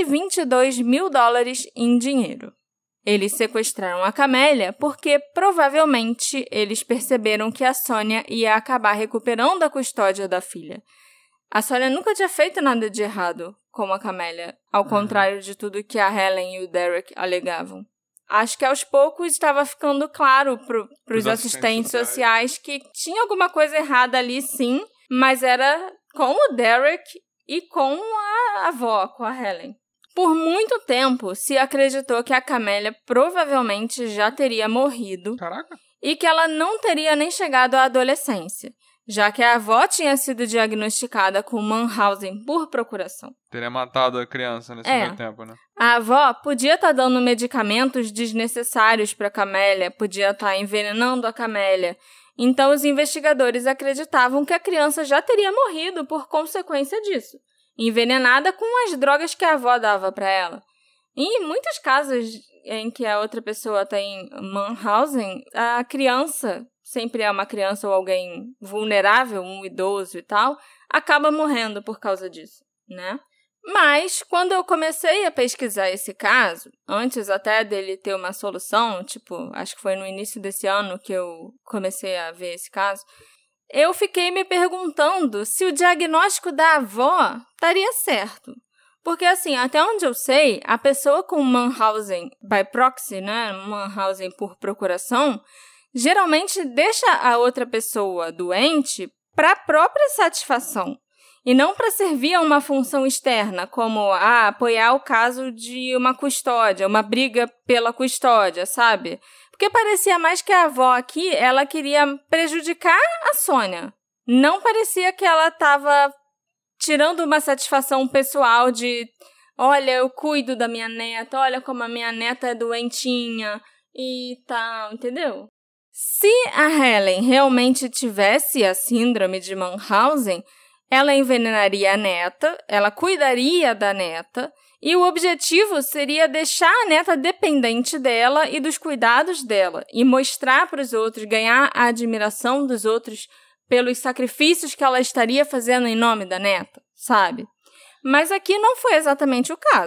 $122 mil em dinheiro. Eles sequestraram a Camélia porque, provavelmente, eles perceberam que a Sônia ia acabar recuperando a custódia da filha. A Sônia nunca tinha feito nada de errado com a Camélia, ao contrário de tudo que a Helen e o Derek alegavam. Acho que aos poucos estava ficando claro para os assistentes sociais que tinha alguma coisa errada ali, sim, mas era com o Derek e com a avó, com a Helen. Por muito tempo, se acreditou que a Camélia provavelmente já teria morrido. Caraca. E que ela não teria nem chegado à adolescência, já que a avó tinha sido diagnosticada com Mannhausen por procuração. Teria matado a criança nesse meio tempo, né? A avó podia estar dando medicamentos desnecessários para a Camélia, podia estar envenenando a Camélia. Então, os investigadores acreditavam que a criança já teria morrido por consequência disso, envenenada com as drogas que a avó dava para ela. E em muitos casos em que a outra pessoa tem Mannhausen, a criança, sempre é uma criança ou alguém vulnerável, um idoso e tal, acaba morrendo por causa disso, né? Mas, quando eu comecei a pesquisar esse caso, antes até dele ter uma solução, acho que foi no início desse ano que eu comecei a ver esse caso, eu fiquei me perguntando se o diagnóstico da avó estaria certo. Porque, assim, até onde eu sei, a pessoa com Mannhausen by proxy, né, Mannhausen por procuração, geralmente deixa a outra pessoa doente para a própria satisfação e não para servir a uma função externa, como apoiar o caso de uma custódia, uma briga pela custódia, sabe? Porque parecia mais que a avó aqui, ela queria prejudicar a Sônia. Não parecia que ela estava tirando uma satisfação pessoal de, olha, eu cuido da minha neta, olha como a minha neta é doentinha e tal, entendeu? Se a Helen realmente tivesse a síndrome de Mannhausen, ela envenenaria a neta, ela cuidaria da neta, e o objetivo seria deixar a neta dependente dela e dos cuidados dela, e mostrar para os outros, ganhar a admiração dos outros pelos sacrifícios que ela estaria fazendo em nome da neta, sabe? Mas aqui não foi exatamente o caso.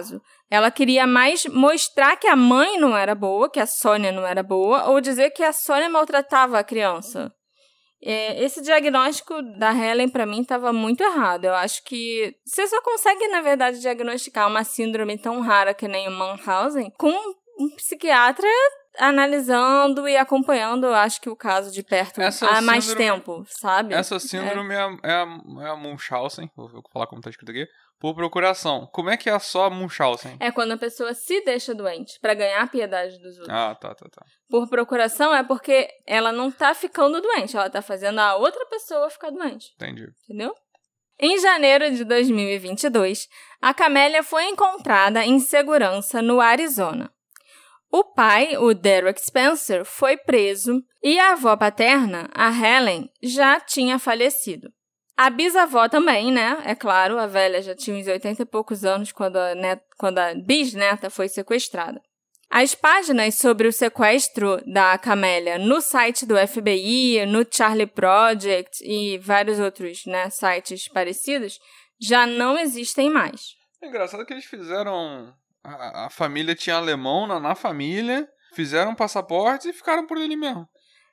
Ela queria mais mostrar que a mãe não era boa, que a Sônia não era boa, ou dizer que a Sônia maltratava a criança. Esse diagnóstico da Helen, pra mim, estava muito errado. Eu acho que você só consegue, na verdade, diagnosticar uma síndrome tão rara que nem o Munchausen com um psiquiatra analisando e acompanhando, eu acho que o caso de perto há mais tempo, sabe? Essa síndrome é a Munchausen, vou falar como tá escrito aqui, por procuração. Como é que é só a Munchausen? É quando a pessoa se deixa doente pra ganhar a piedade dos outros. Ah, tá. Por procuração é porque ela não tá ficando doente, ela tá fazendo a outra pessoa ficar doente. Entendi. Entendeu? Em janeiro de 2022, a Camélia foi encontrada em segurança no Arizona. O pai, o Derek Spencer, foi preso e a avó paterna, a Helen, já tinha falecido. A bisavó também, né? É claro, a velha já tinha uns 80 e poucos anos quando a bisneta foi sequestrada. As páginas sobre o sequestro da Camélia no site do FBI, no Charlie Project e vários outros, né, sites parecidos já não existem mais. É engraçado que eles fizeram... A família tinha alemão na família, fizeram passaportes e ficaram por ali mesmo.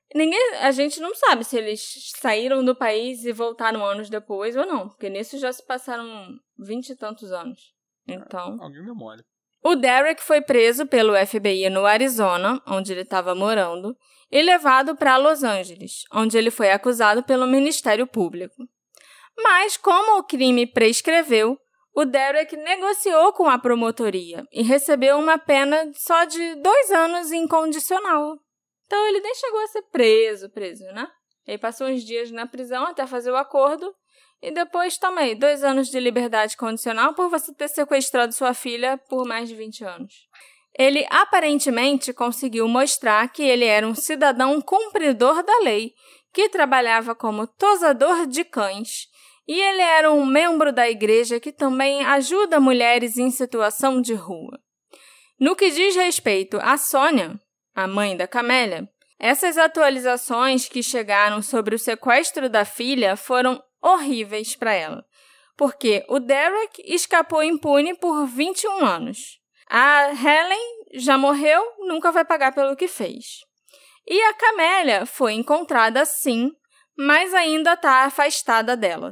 A gente não sabe se eles saíram do país e voltaram anos depois ou não, porque nisso já se passaram 20 e tantos anos. Então... Alguém me molha. O Derek foi preso pelo FBI no Arizona, onde ele estava morando, e levado para Los Angeles, onde ele foi acusado pelo Ministério Público. Mas, como o crime prescreveu, o Derek negociou com a promotoria e recebeu uma pena só de 2 anos incondicional. Então, ele nem chegou a ser preso, né? Ele passou uns dias na prisão até fazer o acordo e depois, toma aí, 2 anos de liberdade condicional por você ter sequestrado sua filha por mais de 20 anos. Ele aparentemente conseguiu mostrar que ele era um cidadão cumpridor da lei, que trabalhava como tosador de cães, e ele era um membro da igreja que também ajuda mulheres em situação de rua. No que diz respeito a Sônia, a mãe da Camélia, essas atualizações que chegaram sobre o sequestro da filha foram horríveis para ela, porque o Derek escapou impune por 21 anos. A Helen já morreu, nunca vai pagar pelo que fez. E a Camélia foi encontrada sim, mas ainda está afastada dela.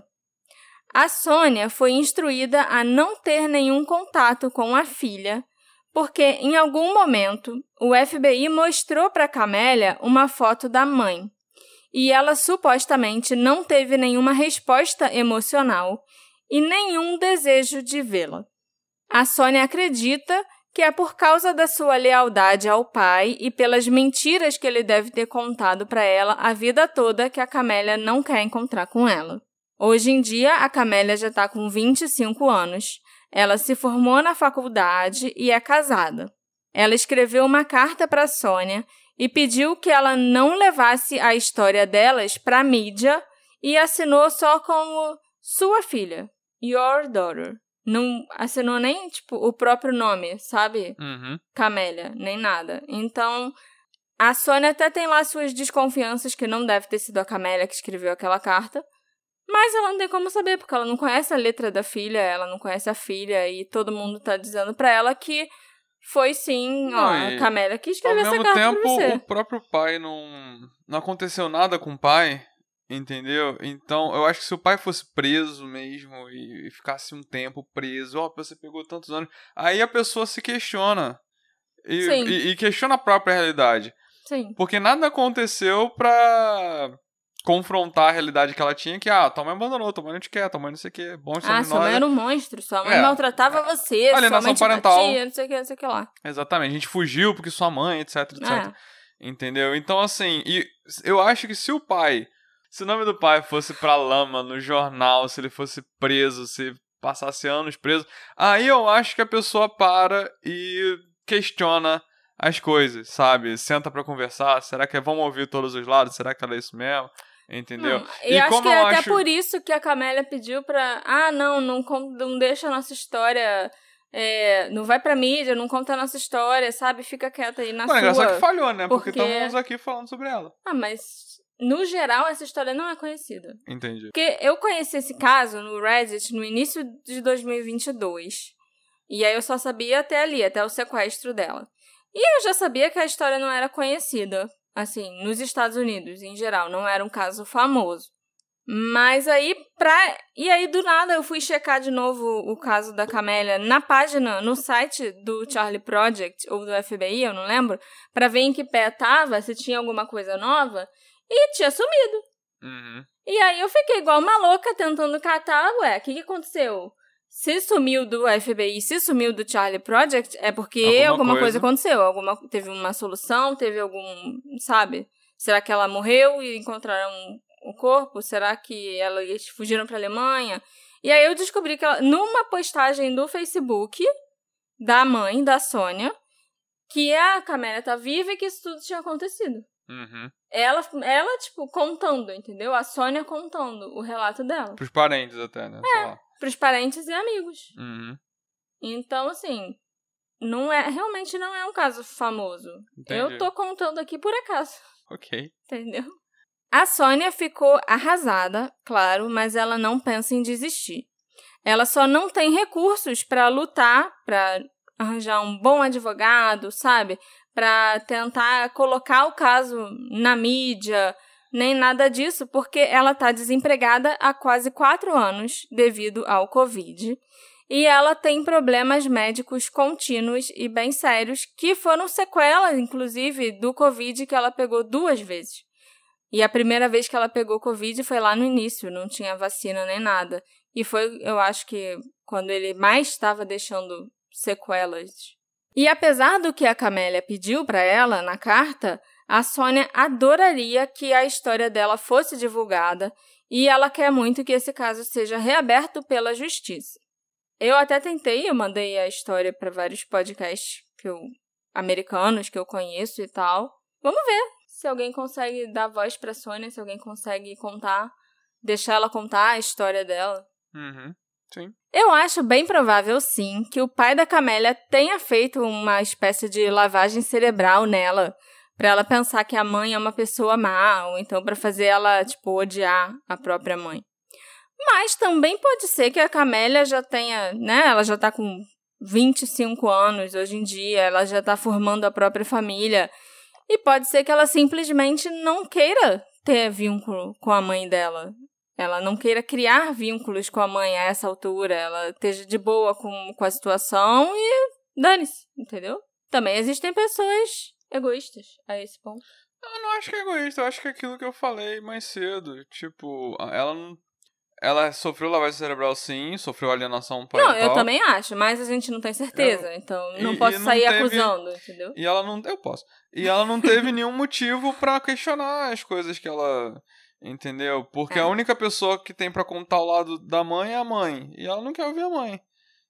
A Sônia foi instruída a não ter nenhum contato com a filha, porque em algum momento o FBI mostrou para a Camélia uma foto da mãe, e ela supostamente não teve nenhuma resposta emocional e nenhum desejo de vê-la. A Sônia acredita que é por causa da sua lealdade ao pai e pelas mentiras que ele deve ter contado para ela a vida toda que a Camélia não quer encontrar com ela. Hoje em dia, a Camélia já está com 25 anos. Ela se formou na faculdade e é casada. Ela escreveu uma carta para a Sônia e pediu que ela não levasse a história delas para a mídia e assinou só como sua filha, your daughter. Não assinou nem, o próprio nome, sabe? Uhum. Camélia, nem nada. Então, a Sônia até tem lá suas desconfianças que não deve ter sido a Camélia que escreveu aquela carta, mas ela não tem como saber, porque ela não conhece a letra da filha, ela não conhece a filha, e todo mundo tá dizendo pra ela que foi sim, a Camélia que escreveu essa carta pra você. Ao mesmo tempo, o próprio pai não aconteceu nada com o pai, entendeu? Então, eu acho que se o pai fosse preso mesmo e ficasse um tempo preso, você pegou tantos anos, aí a pessoa se questiona. E questiona a própria realidade. Sim. Porque nada aconteceu pra confrontar a realidade que ela tinha, que, tua mãe abandonou, tua mãe não te quer, tua mãe não sei o que, bom, sua mãe era um monstro, sua mãe maltratava você, alienação sua mãe te parental. batia, não sei o que lá. Exatamente, a gente fugiu porque sua mãe, etc. Entendeu? Então, assim, eu acho que se o nome do pai fosse pra lama no jornal, se ele fosse preso, se passasse anos preso, aí eu acho que a pessoa para e questiona as coisas, sabe? Senta pra conversar, será que vamos ouvir todos os lados? Será que era isso mesmo? Entendeu? E acho que é até por isso que a Camélia pediu pra... não deixa a nossa história... não vai pra mídia, não conta a nossa história, sabe? Fica quieta aí na sua. É engraçado que falhou, né? Porque estamos aqui falando sobre ela. Mas, no geral, essa história não é conhecida. Entendi. Porque eu conheci esse caso no Reddit no início de 2022. E aí eu só sabia até ali, até o sequestro dela. E eu já sabia que a história não era conhecida, assim, nos Estados Unidos, em geral, não era um caso famoso. Mas aí, E aí, do nada, eu fui checar de novo o caso da Camélia na página, no site do Charlie Project, ou do FBI, eu não lembro, pra ver em que pé tava, se tinha alguma coisa nova, e tinha sumido. Uhum. E aí eu fiquei igual uma louca tentando catar, o que aconteceu? Se sumiu do FBI, se sumiu do Charlie Project, é porque alguma coisa aconteceu, teve uma solução, teve algum, sabe? Será que ela morreu e encontraram o corpo? Será que elas fugiram para a Alemanha? E aí eu descobri que numa postagem do Facebook da mãe, da Sônia, que a Camélia tá viva e que isso tudo tinha acontecido. Uhum. Ela, tipo, contando, entendeu? A Sônia contando o relato dela. Pros parentes até, né? Sei lá. Pros parentes e amigos. Uhum. Então, assim, realmente não é um caso famoso. Entendi. Eu tô contando aqui por acaso. Ok. Entendeu? A Sônia ficou arrasada, claro, mas ela não pensa em desistir. Ela só não tem recursos para lutar, para arranjar um bom advogado, sabe? Para tentar colocar o caso na mídia, nem nada disso, porque ela está desempregada há quase 4 anos devido ao Covid. E ela tem problemas médicos contínuos e bem sérios, que foram sequelas, inclusive, do Covid que ela pegou 2 vezes. E a primeira vez que ela pegou Covid foi lá no início, não tinha vacina nem nada. E foi, eu acho que, quando ele mais estava deixando sequelas. E apesar do que a Camélia pediu para ela na carta, a Sônia adoraria que a história dela fosse divulgada e ela quer muito que esse caso seja reaberto pela justiça. Eu até tentei, eu mandei a história para vários podcasts americanos que eu conheço e tal. Vamos ver se alguém consegue dar voz para a Sônia, se alguém consegue deixar ela contar a história dela. Uhum. Sim. Eu acho bem provável, sim, que o pai da Camélia tenha feito uma espécie de lavagem cerebral nela, pra ela pensar que a mãe é uma pessoa má, ou então pra fazer ela, odiar a própria mãe. Mas também pode ser que a Camélia já tenha, né, ela já tá com 25 anos hoje em dia, ela já tá formando a própria família, e pode ser que ela simplesmente não queira ter vínculo com a mãe dela. Ela não queira criar vínculos com a mãe a essa altura, ela esteja de boa com a situação e dane-se, entendeu? Também existem pessoas egoístas a esse ponto. Eu não acho que é egoísta, eu acho que é aquilo que eu falei mais cedo. Tipo, ela sofreu lavagem cerebral sim, sofreu alienação parental. Não, eu também acho, mas a gente não tem certeza, então não posso sair acusando, entendeu? E ela não... Eu posso. E ela não teve nenhum motivo pra questionar as coisas que ela... Entendeu? Porque a única pessoa que tem pra contar o lado da mãe é a mãe. E ela não quer ouvir a mãe.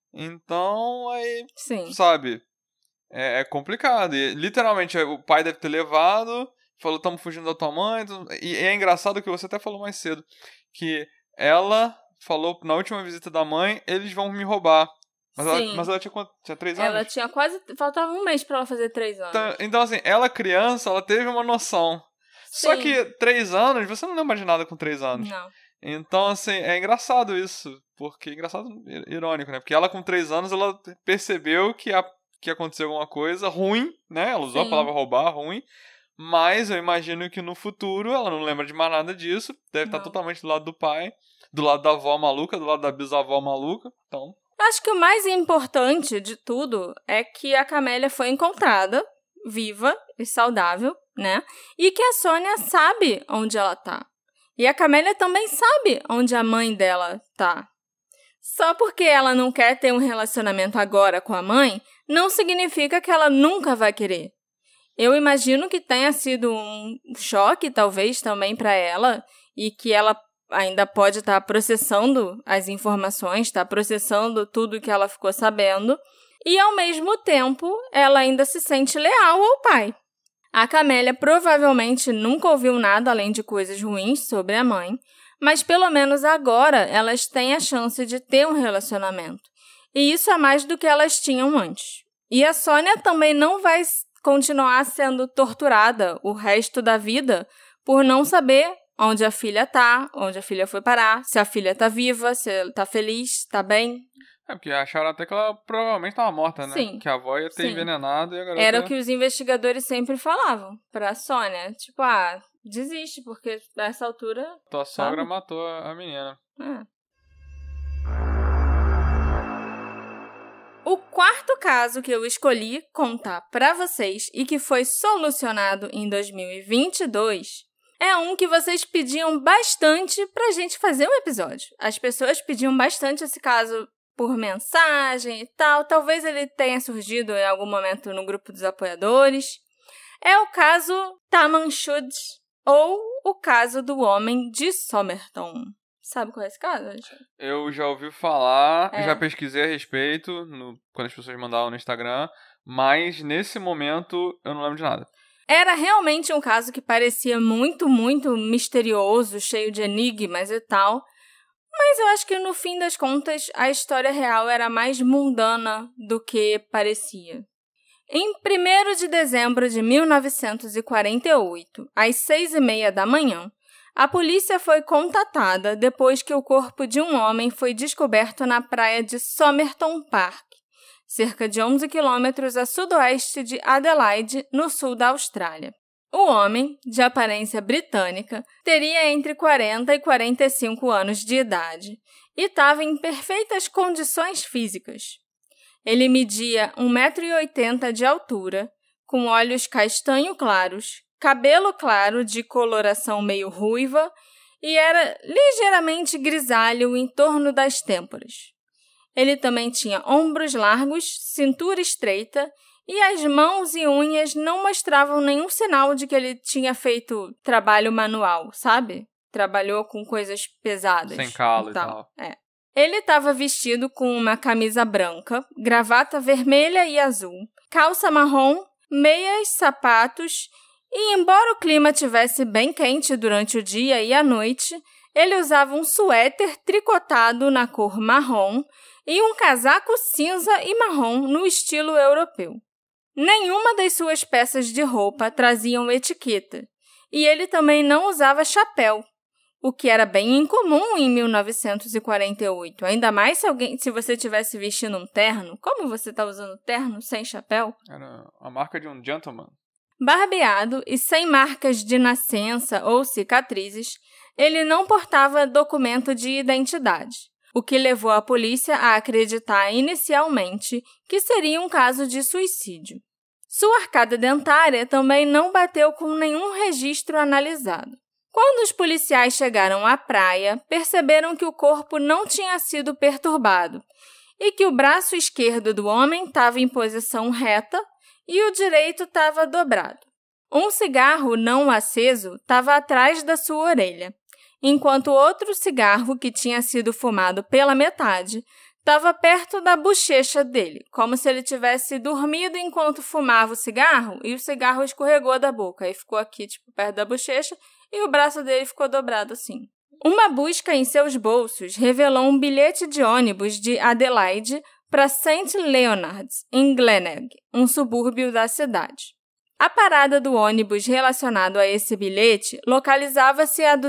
Então, aí... Sim. Sabe? É complicado. E, literalmente, o pai deve ter levado, falou, estamos fugindo da tua mãe. E é engraçado que você até falou mais cedo, que ela falou, na última visita da mãe, eles vão me roubar. Mas ela tinha quanto? Tinha 3 anos? Ela tinha faltava 1 mês pra ela fazer 3 anos. Então, assim, ela criança, ela teve uma noção. Sim. Só que 3 anos, você não lembra de nada com 3 anos. Não. Então, assim, é engraçado isso. Porque, engraçado, irônico, né? Porque ela com 3 anos, ela percebeu que aconteceu alguma coisa ruim, né? Ela usou a palavra roubar, ruim. Mas eu imagino que no futuro, ela não lembra de mais nada disso. Deve estar totalmente do lado do pai, do lado da avó maluca, do lado da bisavó maluca. Então... Acho que o mais importante de tudo é que a Camélia foi encontrada, viva e saudável, né? E que a Sônia sabe onde ela tá. E a Camélia também sabe onde a mãe dela tá. Só porque ela não quer ter um relacionamento agora com a mãe, não significa que ela nunca vai querer. Eu imagino que tenha sido um choque, talvez, também para ela, e que ela ainda pode estar processando as informações, está processando tudo que ela ficou sabendo, e, ao mesmo tempo, ela ainda se sente leal ao pai. A Camélia provavelmente nunca ouviu nada além de coisas ruins sobre a mãe, mas pelo menos agora elas têm a chance de ter um relacionamento. E isso é mais do que elas tinham antes. E a Sônia também não vai continuar sendo torturada o resto da vida por não saber onde a filha tá, onde a filha foi parar, se a filha tá viva, se ela tá feliz, tá bem. Porque acharam até que ela provavelmente estava morta, né? Sim. Que a avó ia ter envenenado e a garota... Era o que os investigadores sempre falavam pra Sônia. Tipo, desiste, porque nessa altura... Tua sogra matou a menina. O quarto caso que eu escolhi contar pra vocês e que foi solucionado em 2022 é um que vocês pediam bastante pra gente fazer um episódio. As pessoas pediam bastante esse caso por mensagem e tal. Talvez ele tenha surgido em algum momento no grupo dos apoiadores. É o caso Taman Shud, ou o caso do homem de Somerton. Sabe qual é esse caso, Alexandre? Eu já ouvi falar, já pesquisei a respeito quando as pessoas mandavam no Instagram, mas nesse momento eu não lembro de nada. Era realmente um caso que parecia muito, muito misterioso, cheio de enigmas e tal, mas eu acho que no fim das contas a história real era mais mundana do que parecia. Em 1º de dezembro de 1948, às 6h30 da manhã, a polícia foi contatada depois que o corpo de um homem foi descoberto na praia de Somerton Park, cerca de 11 quilômetros a sudoeste de Adelaide, no sul da Austrália. O homem, de aparência britânica, teria entre 40 e 45 anos de idade e estava em perfeitas condições físicas. Ele media 1,80 m de altura, com olhos castanho claros, cabelo claro de coloração meio ruiva e era ligeiramente grisalho em torno das têmporas. Ele também tinha ombros largos, cintura estreita e as mãos e unhas não mostravam nenhum sinal de que ele tinha feito trabalho manual, sabe? Trabalhou com coisas pesadas. Sem calo e tal. Ele estava vestido com uma camisa branca, gravata vermelha e azul, calça marrom, meias, sapatos e, embora o clima tivesse bem quente durante o dia e a noite, ele usava um suéter tricotado na cor marrom e um casaco cinza e marrom no estilo europeu. Nenhuma das suas peças de roupa traziam etiqueta, e ele também não usava chapéu, o que era bem incomum em 1948, ainda mais se você estivesse vestindo um terno. Como você está usando terno sem chapéu? Era a marca de um gentleman. Barbeado e sem marcas de nascença ou cicatrizes, ele não portava documento de identidade, o que levou a polícia a acreditar inicialmente que seria um caso de suicídio. Sua arcada dentária também não bateu com nenhum registro analisado. Quando os policiais chegaram à praia, perceberam que o corpo não tinha sido perturbado e que o braço esquerdo do homem estava em posição reta e o direito estava dobrado. Um cigarro não aceso estava atrás da sua orelha, enquanto outro cigarro, que tinha sido fumado pela metade, estava perto da bochecha dele, como se ele tivesse dormido enquanto fumava o cigarro e o cigarro escorregou da boca e ficou aqui, perto da bochecha, e o braço dele ficou dobrado assim. Uma busca em seus bolsos revelou um bilhete de ônibus de Adelaide para St. Leonards, em Glenelg, um subúrbio da cidade. A parada do ônibus relacionado a esse bilhete localizava-se a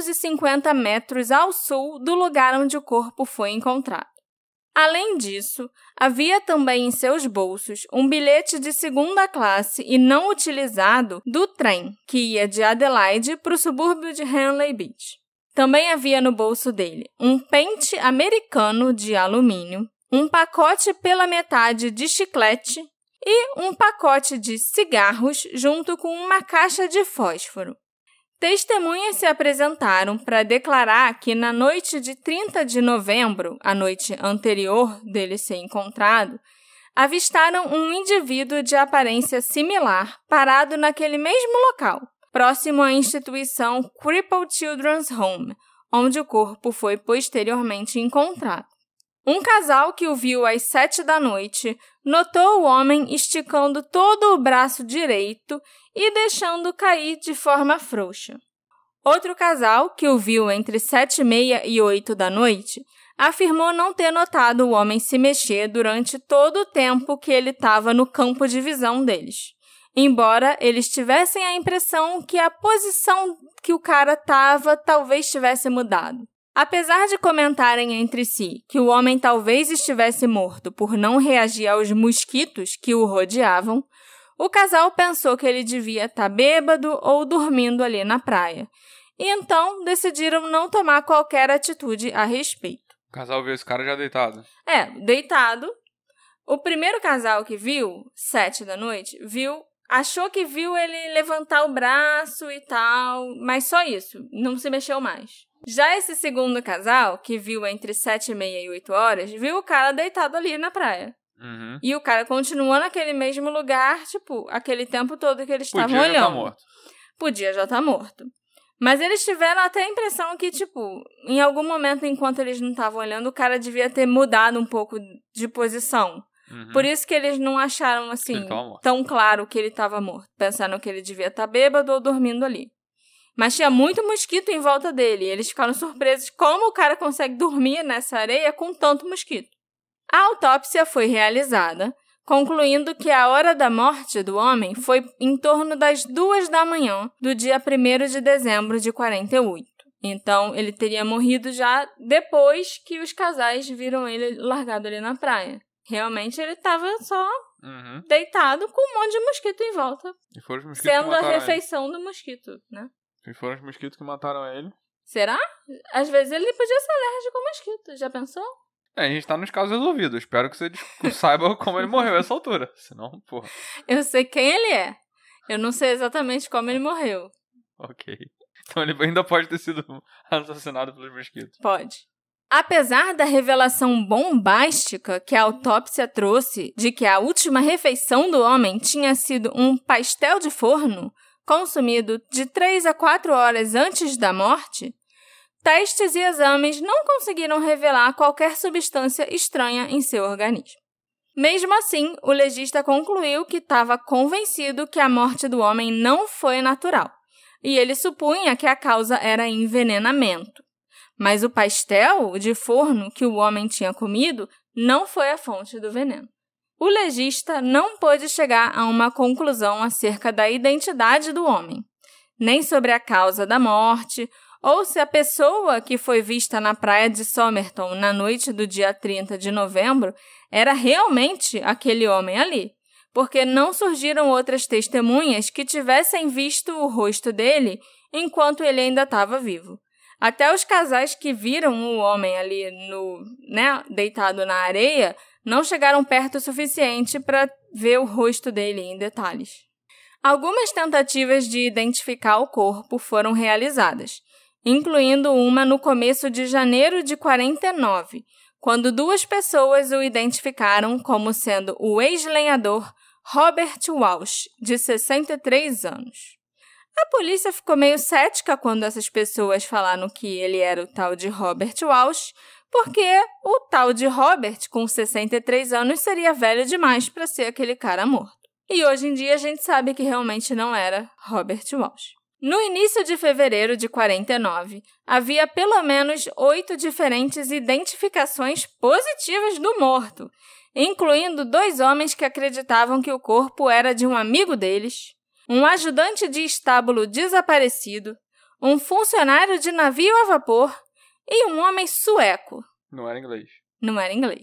250 metros ao sul do lugar onde o corpo foi encontrado. Além disso, havia também em seus bolsos um bilhete de 2ª classe e não utilizado do trem que ia de Adelaide para o subúrbio de Henley Beach. Também havia no bolso dele um pente americano de alumínio, um pacote pela metade de chiclete e um pacote de cigarros junto com uma caixa de fósforo. Testemunhas se apresentaram para declarar que na noite de 30 de novembro, a noite anterior dele ser encontrado, avistaram um indivíduo de aparência similar parado naquele mesmo local, próximo à instituição Crippled Children's Home, onde o corpo foi posteriormente encontrado. Um casal que o viu às 7 da noite notou o homem esticando todo o braço direito e deixando cair de forma frouxa. Outro casal, que o viu entre 7h30 e 8 da noite, afirmou não ter notado o homem se mexer durante todo o tempo que ele estava no campo de visão deles, embora eles tivessem a impressão que a posição que o cara estava talvez tivesse mudado. Apesar de comentarem entre si que o homem talvez estivesse morto por não reagir aos mosquitos que o rodeavam, o casal pensou que ele devia estar bêbado ou dormindo ali na praia. E então decidiram não tomar qualquer atitude a respeito. O casal viu esse cara já deitado. Deitado. O primeiro casal que viu, 7 da noite, achou que viu ele levantar o braço e tal, mas só isso, não se mexeu mais. Já esse segundo casal, que viu entre 7h30 e 8 horas, viu o cara deitado ali na praia. Uhum. E o cara continuou naquele mesmo lugar, aquele tempo todo que eles estavam olhando. Podia já estar morto. Podia já estar morto. Mas eles tiveram até a impressão que, em algum momento, enquanto eles não estavam olhando, o cara devia ter mudado um pouco de posição. Uhum. Por isso que eles não acharam, tão claro que ele estava morto. Pensaram que ele devia estar bêbado ou dormindo ali. Mas tinha muito mosquito em volta dele. E eles ficaram surpresos como o cara consegue dormir nessa areia com tanto mosquito. A autópsia foi realizada, concluindo que a hora da morte do homem foi em torno das 2 da manhã do dia 1º de dezembro de 48. Então, ele teria morrido já depois que os casais viram ele largado ali na praia. Realmente, ele estava só deitado com um monte de mosquito em volta. E foram os mosquitos sendo a refeição do mosquito, né? E foram os mosquitos que mataram ele. Será? Às vezes ele podia ser alérgico ao mosquito. Já pensou? A gente tá nos casos resolvidos. Espero que você saiba como ele morreu a essa altura. Senão, porra. Eu sei quem ele é. Eu não sei exatamente como ele morreu. Ok. Então ele ainda pode ter sido assassinado pelos mosquitos. Pode. Apesar da revelação bombástica que a autópsia trouxe de que a última refeição do homem tinha sido um pastel de forno, consumido de 3 a 4 horas antes da morte, testes e exames não conseguiram revelar qualquer substância estranha em seu organismo. Mesmo assim, o legista concluiu que estava convencido que a morte do homem não foi natural, e ele supunha que a causa era envenenamento. Mas o pastel de forno que o homem tinha comido não foi a fonte do veneno. O legista não pôde chegar a uma conclusão acerca da identidade do homem, nem sobre a causa da morte, ou se a pessoa que foi vista na praia de Somerton na noite do dia 30 de novembro era realmente aquele homem ali, porque não surgiram outras testemunhas que tivessem visto o rosto dele enquanto ele ainda estava vivo. Até os casais que viram o homem ali deitado na areia não chegaram perto o suficiente para ver o rosto dele em detalhes. Algumas tentativas de identificar o corpo foram realizadas, incluindo uma no começo de janeiro de 49, quando 2 pessoas o identificaram como sendo o ex-lenhador Robert Walsh, de 63 anos. A polícia ficou meio cética quando essas pessoas falaram que ele era o tal de Robert Walsh, porque o tal de Robert, com 63 anos, seria velho demais para ser aquele cara morto. E hoje em dia a gente sabe que realmente não era Robert Walsh. No início de fevereiro de 49, havia pelo menos 8 diferentes identificações positivas do morto, incluindo 2 homens que acreditavam que o corpo era de um amigo deles, um ajudante de estábulo desaparecido, um funcionário de navio a vapor e um homem sueco. Não era inglês. Não era inglês.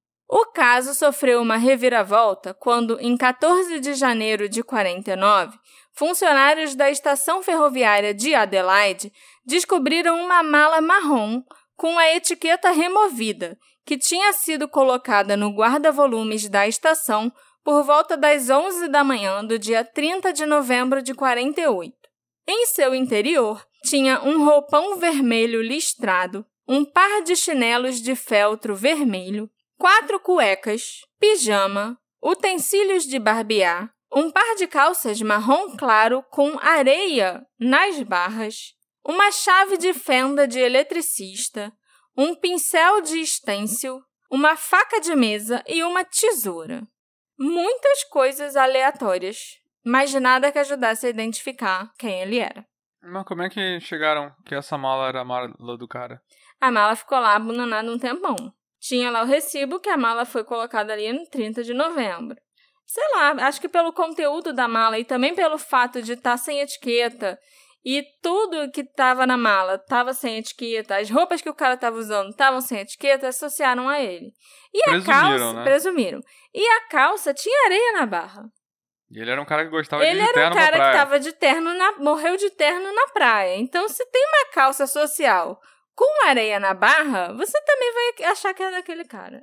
O caso sofreu uma reviravolta quando, em 14 de janeiro de 49, funcionários da estação ferroviária de Adelaide descobriram uma mala marrom com a etiqueta removida, que tinha sido colocada no guarda-volumes da estação por volta das 11 da manhã do dia 30 de novembro de 48. Em seu interior, tinha um roupão vermelho listrado, um par de chinelos de feltro vermelho, 4 cuecas, pijama, utensílios de barbear, um par de calças marrom claro com areia nas barras, uma chave de fenda de eletricista, um pincel de stencil, uma faca de mesa e uma tesoura. Muitas coisas aleatórias, mas nada que ajudasse a identificar quem ele era. Mas como é que chegaram que essa mala era a mala do cara? A mala ficou lá abandonada um tempão. Tinha lá o recibo que a mala foi colocada ali no 30 de novembro. Sei lá, acho que pelo conteúdo da mala e também pelo fato de estar sem etiqueta e tudo que estava na mala estava sem etiqueta, as roupas que o cara estava usando estavam sem etiqueta, associaram a ele. E Presumiram, a calça, né? Presumiram. E a calça tinha areia na barra. E ele era um cara que gostava de ir Ele de terno era um pra cara que praia. tava de terno, morreu de terno na praia. Então, se tem uma calça social com areia na barra, você também vai achar que é daquele cara.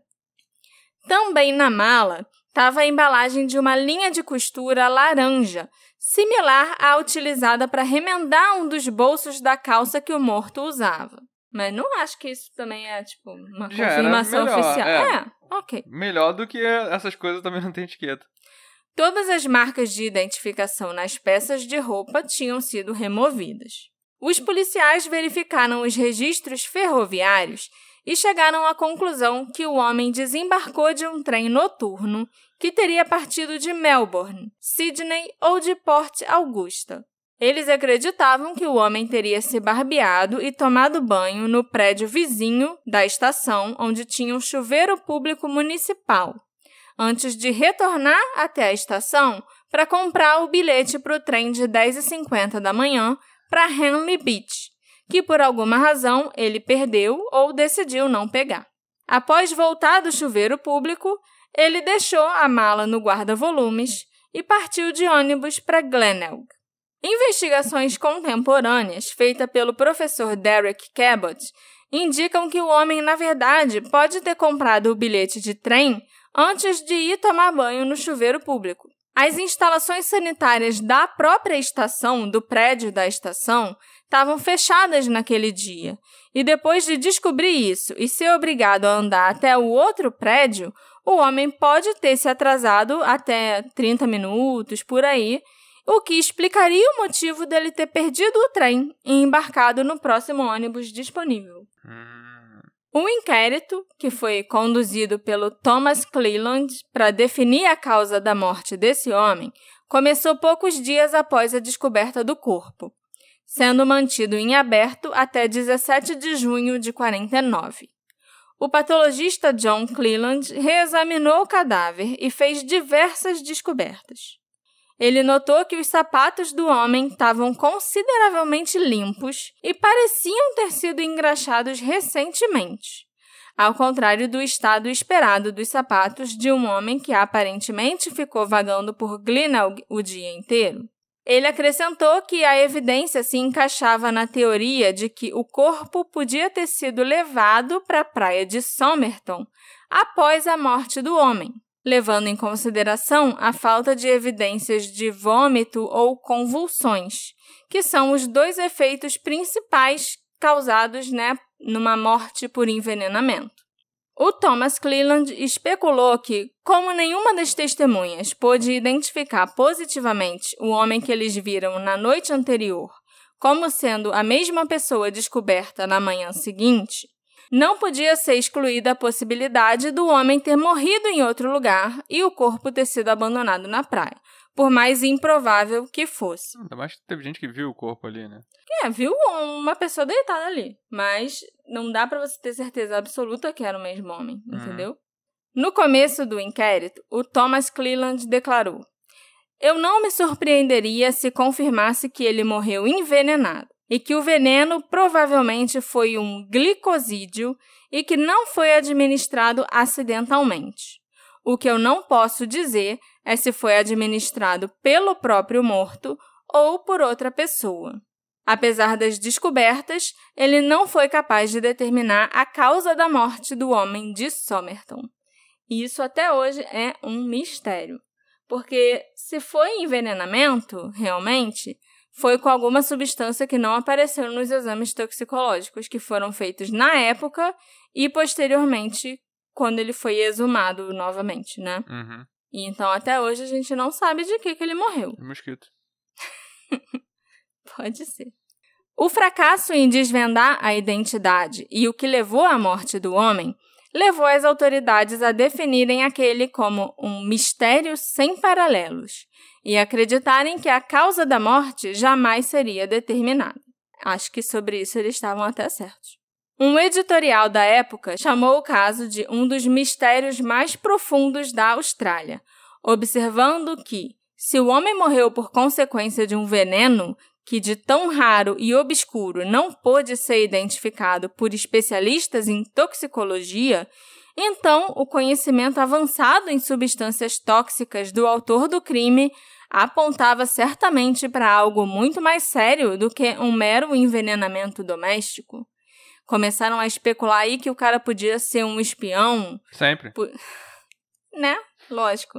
Também na mala estava a embalagem de uma linha de costura laranja, similar à utilizada para remendar um dos bolsos da calça que o morto usava. Mas não acho que isso também é, tipo, uma Já confirmação era melhor, oficial. Ok. Melhor do que essas coisas também não tem etiqueta. Todas as marcas de identificação nas peças de roupa tinham sido removidas. Os policiais verificaram os registros ferroviários e chegaram à conclusão que o homem desembarcou de um trem noturno que teria partido de Melbourne, Sydney ou de Port Augusta. Eles acreditavam que o homem teria se barbeado e tomado banho no prédio vizinho da estação, onde tinha um chuveiro público municipal, antes de retornar até a estação para comprar o bilhete para o trem de 10h50 da manhã para Henley Beach, que por alguma razão ele perdeu ou decidiu não pegar. Após voltar do chuveiro público, ele deixou a mala no guarda-volumes e partiu de ônibus para Glenelg. Investigações contemporâneas feitas pelo professor Derek Cabot indicam que o homem, na verdade, pode ter comprado o bilhete de trem antes de ir tomar banho no chuveiro público. As instalações sanitárias da própria estação, do prédio da estação, estavam fechadas naquele dia. E depois de descobrir isso e ser obrigado a andar até o outro prédio, o homem pode ter se atrasado até 30 minutos, por aí, o que explicaria o motivo dele ter perdido o trem e embarcado no próximo ônibus disponível. Um inquérito, que foi conduzido pelo Thomas Cleland para definir a causa da morte desse homem, começou poucos dias após a descoberta do corpo, sendo mantido em aberto até 17 de junho de 49. O patologista John Cleland reexaminou o cadáver e fez diversas descobertas. Ele notou que os sapatos do homem estavam consideravelmente limpos e pareciam ter sido engraxados recentemente, ao contrário do estado esperado dos sapatos de um homem que aparentemente ficou vagando por Glenelg o dia inteiro. Ele acrescentou que a evidência se encaixava na teoria de que o corpo podia ter sido levado para a praia de Somerton após a morte do homem, levando em consideração a falta de evidências de vômito ou convulsões, que são os dois efeitos principais causados, numa morte por envenenamento. O Thomas Cleland especulou que, como nenhuma das testemunhas pôde identificar positivamente o homem que eles viram na noite anterior como sendo a mesma pessoa descoberta na manhã seguinte, não podia ser excluída a possibilidade do homem ter morrido em outro lugar e o corpo ter sido abandonado na praia, por mais improvável que fosse. Ainda mais que teve gente que viu o corpo ali, né? Viu uma pessoa deitada ali, mas não dá pra você ter certeza absoluta que era o mesmo homem, entendeu? No começo do inquérito, o Thomas Cleland declarou: "Eu não me surpreenderia se confirmasse que ele morreu envenenado, e que o veneno provavelmente foi um glicosídeo e que não foi administrado acidentalmente. O que eu não posso dizer é se foi administrado pelo próprio morto ou por outra pessoa." Apesar das descobertas, ele não foi capaz de determinar a causa da morte do homem de Somerton. E isso até hoje é um mistério, porque se foi envenenamento, realmente, foi com alguma substância que não apareceu nos exames toxicológicos que foram feitos na época e posteriormente quando ele foi exumado novamente, né? E então até hoje a gente não sabe de que ele morreu. Mosquito. Pode ser. O fracasso em desvendar a identidade e o que levou à morte do homem levou as autoridades a definirem aquele como um mistério sem paralelos e acreditarem que a causa da morte jamais seria determinada. Acho que sobre isso eles estavam até certos. Um editorial da época chamou o caso de um dos mistérios mais profundos da Austrália, observando que, se o homem morreu por consequência de um veneno, que de tão raro e obscuro não pôde ser identificado por especialistas em toxicologia, então o conhecimento avançado em substâncias tóxicas do autor do crime apontava certamente para algo muito mais sério do que um mero envenenamento doméstico. Começaram a especular aí que o cara podia ser um espião. Sempre. Né? Lógico.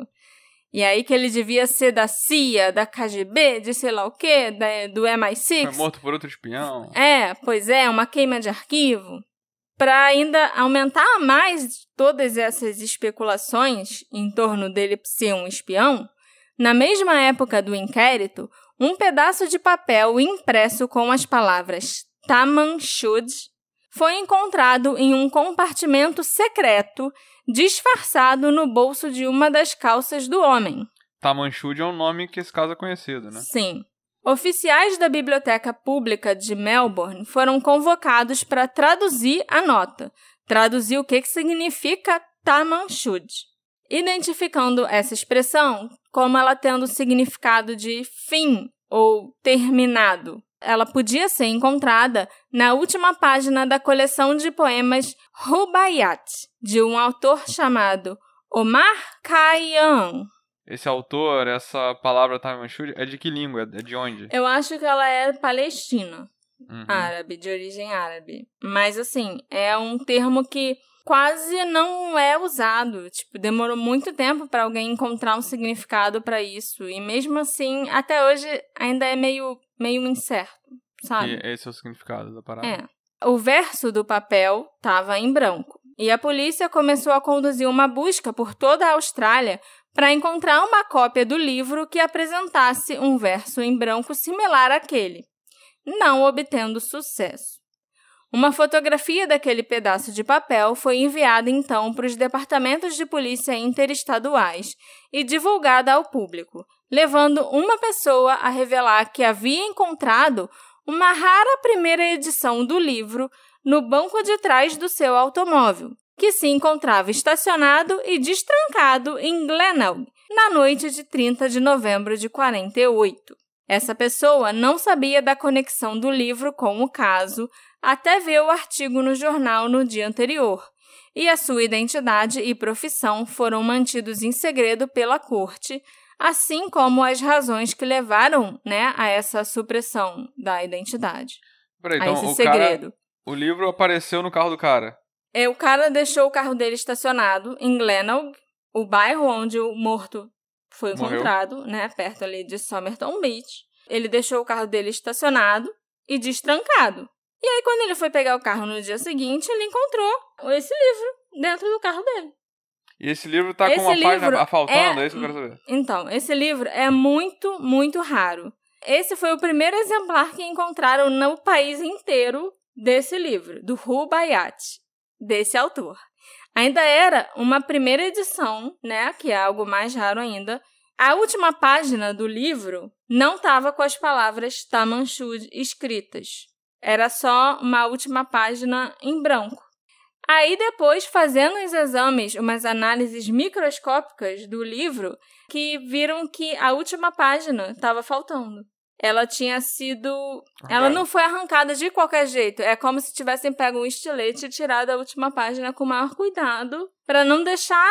E aí que ele devia ser da CIA, da KGB, de sei lá o quê, do MI6. Foi morto por outro espião. Pois é, uma queima de arquivo. Para ainda aumentar mais todas essas especulações em torno dele ser um espião, na mesma época do inquérito, um pedaço de papel impresso com as palavras Taman Shud foi encontrado em um compartimento secreto disfarçado no bolso de uma das calças do homem. Taman Shud é um nome que esse caso é conhecido, né? Sim. Oficiais da Biblioteca Pública de Melbourne foram convocados para traduzir a nota. Traduzir o que significa Taman Shud. Identificando essa expressão como ela tendo o significado de fim ou terminado. Ela podia ser encontrada na última página da coleção de poemas Rubaiyat, de um autor chamado Omar Khayyam. Esse autor, essa palavra Taman Shud, é de que língua? É de onde? Eu acho que ela é palestina, árabe, de origem árabe. Mas, assim, é um termo que quase não é usado. Tipo, demorou muito tempo para alguém encontrar um significado para isso. E mesmo assim, até hoje, ainda é meio incerto, sabe? E esse é o significado da parada? É. O verso do papel estava em branco. E a polícia começou a conduzir uma busca por toda a Austrália para encontrar uma cópia do livro que apresentasse um verso em branco similar àquele, não obtendo sucesso. Uma fotografia daquele pedaço de papel foi enviada então para os departamentos de polícia interestaduais e divulgada ao público, levando uma pessoa a revelar que havia encontrado uma rara primeira edição do livro no banco de trás do seu automóvel, que se encontrava estacionado e destrancado em Glenelg, na noite de 30 de novembro de 48. Essa pessoa não sabia da conexão do livro com o caso até ver o artigo no jornal no dia anterior, e a sua identidade e profissão foram mantidos em segredo pela corte, assim como as razões que levaram, a essa supressão da identidade. Peraí, a então esse segredo. O livro apareceu no carro do cara? O cara deixou o carro dele estacionado em Glenelg, o bairro onde o morto foi encontrado, perto ali de Somerton Beach. Ele deixou o carro dele estacionado e destrancado. E aí, quando ele foi pegar o carro no dia seguinte, ele encontrou esse livro dentro do carro dele. E esse livro tá com uma página faltando? É isso que eu quero saber. Então, esse livro é muito, muito raro. Esse foi o primeiro exemplar que encontraram no país inteiro desse livro, do Rubaiyat, desse autor. Ainda era uma primeira edição, que é algo mais raro ainda. A última página do livro não estava com as palavras Taman Shud escritas. Era só uma última página em branco. Aí depois, fazendo os exames, umas análises microscópicas do livro, que viram que a última página estava faltando. Ela tinha sido... Ela não foi arrancada de qualquer jeito. É como se tivessem pego um estilete e tirado a última página com o maior cuidado para não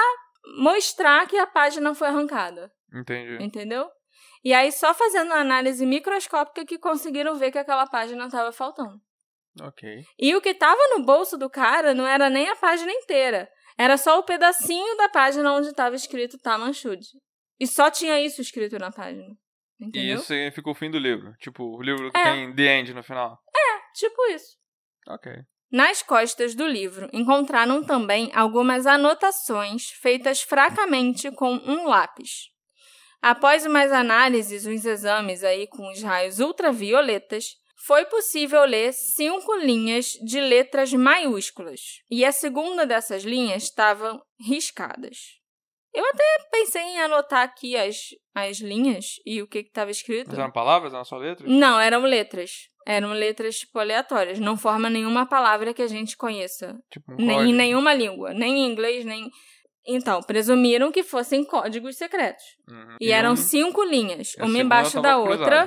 mostrar que a página foi arrancada. Entendi. Entendeu? E aí, só fazendo uma análise microscópica que conseguiram ver que aquela página estava faltando. Ok. E o que estava no bolso do cara não era nem a página inteira. Era só o pedacinho da página onde estava escrito Taman Shud. E só tinha isso escrito na página. Entendeu? E isso significa o fim do livro? Tipo, o livro que tem The End no final? Tipo isso. Ok. Nas costas do livro, encontraram também algumas anotações feitas fracamente com um lápis. Após umas análises, uns exames aí com os raios ultravioletas, foi possível ler 5 linhas de letras maiúsculas. E a segunda dessas linhas estavam riscadas. Eu até pensei em anotar aqui as linhas e o que estava escrito. Mas eram palavras? Eram só letras? Não, eram letras. Eram letras, tipo, aleatórias. Não forma nenhuma palavra que a gente conheça. Tipo nem em nenhuma língua. Nem em inglês, nem... Então, presumiram que fossem códigos secretos. Uhum. E eram 5 linhas, uma embaixo da outra,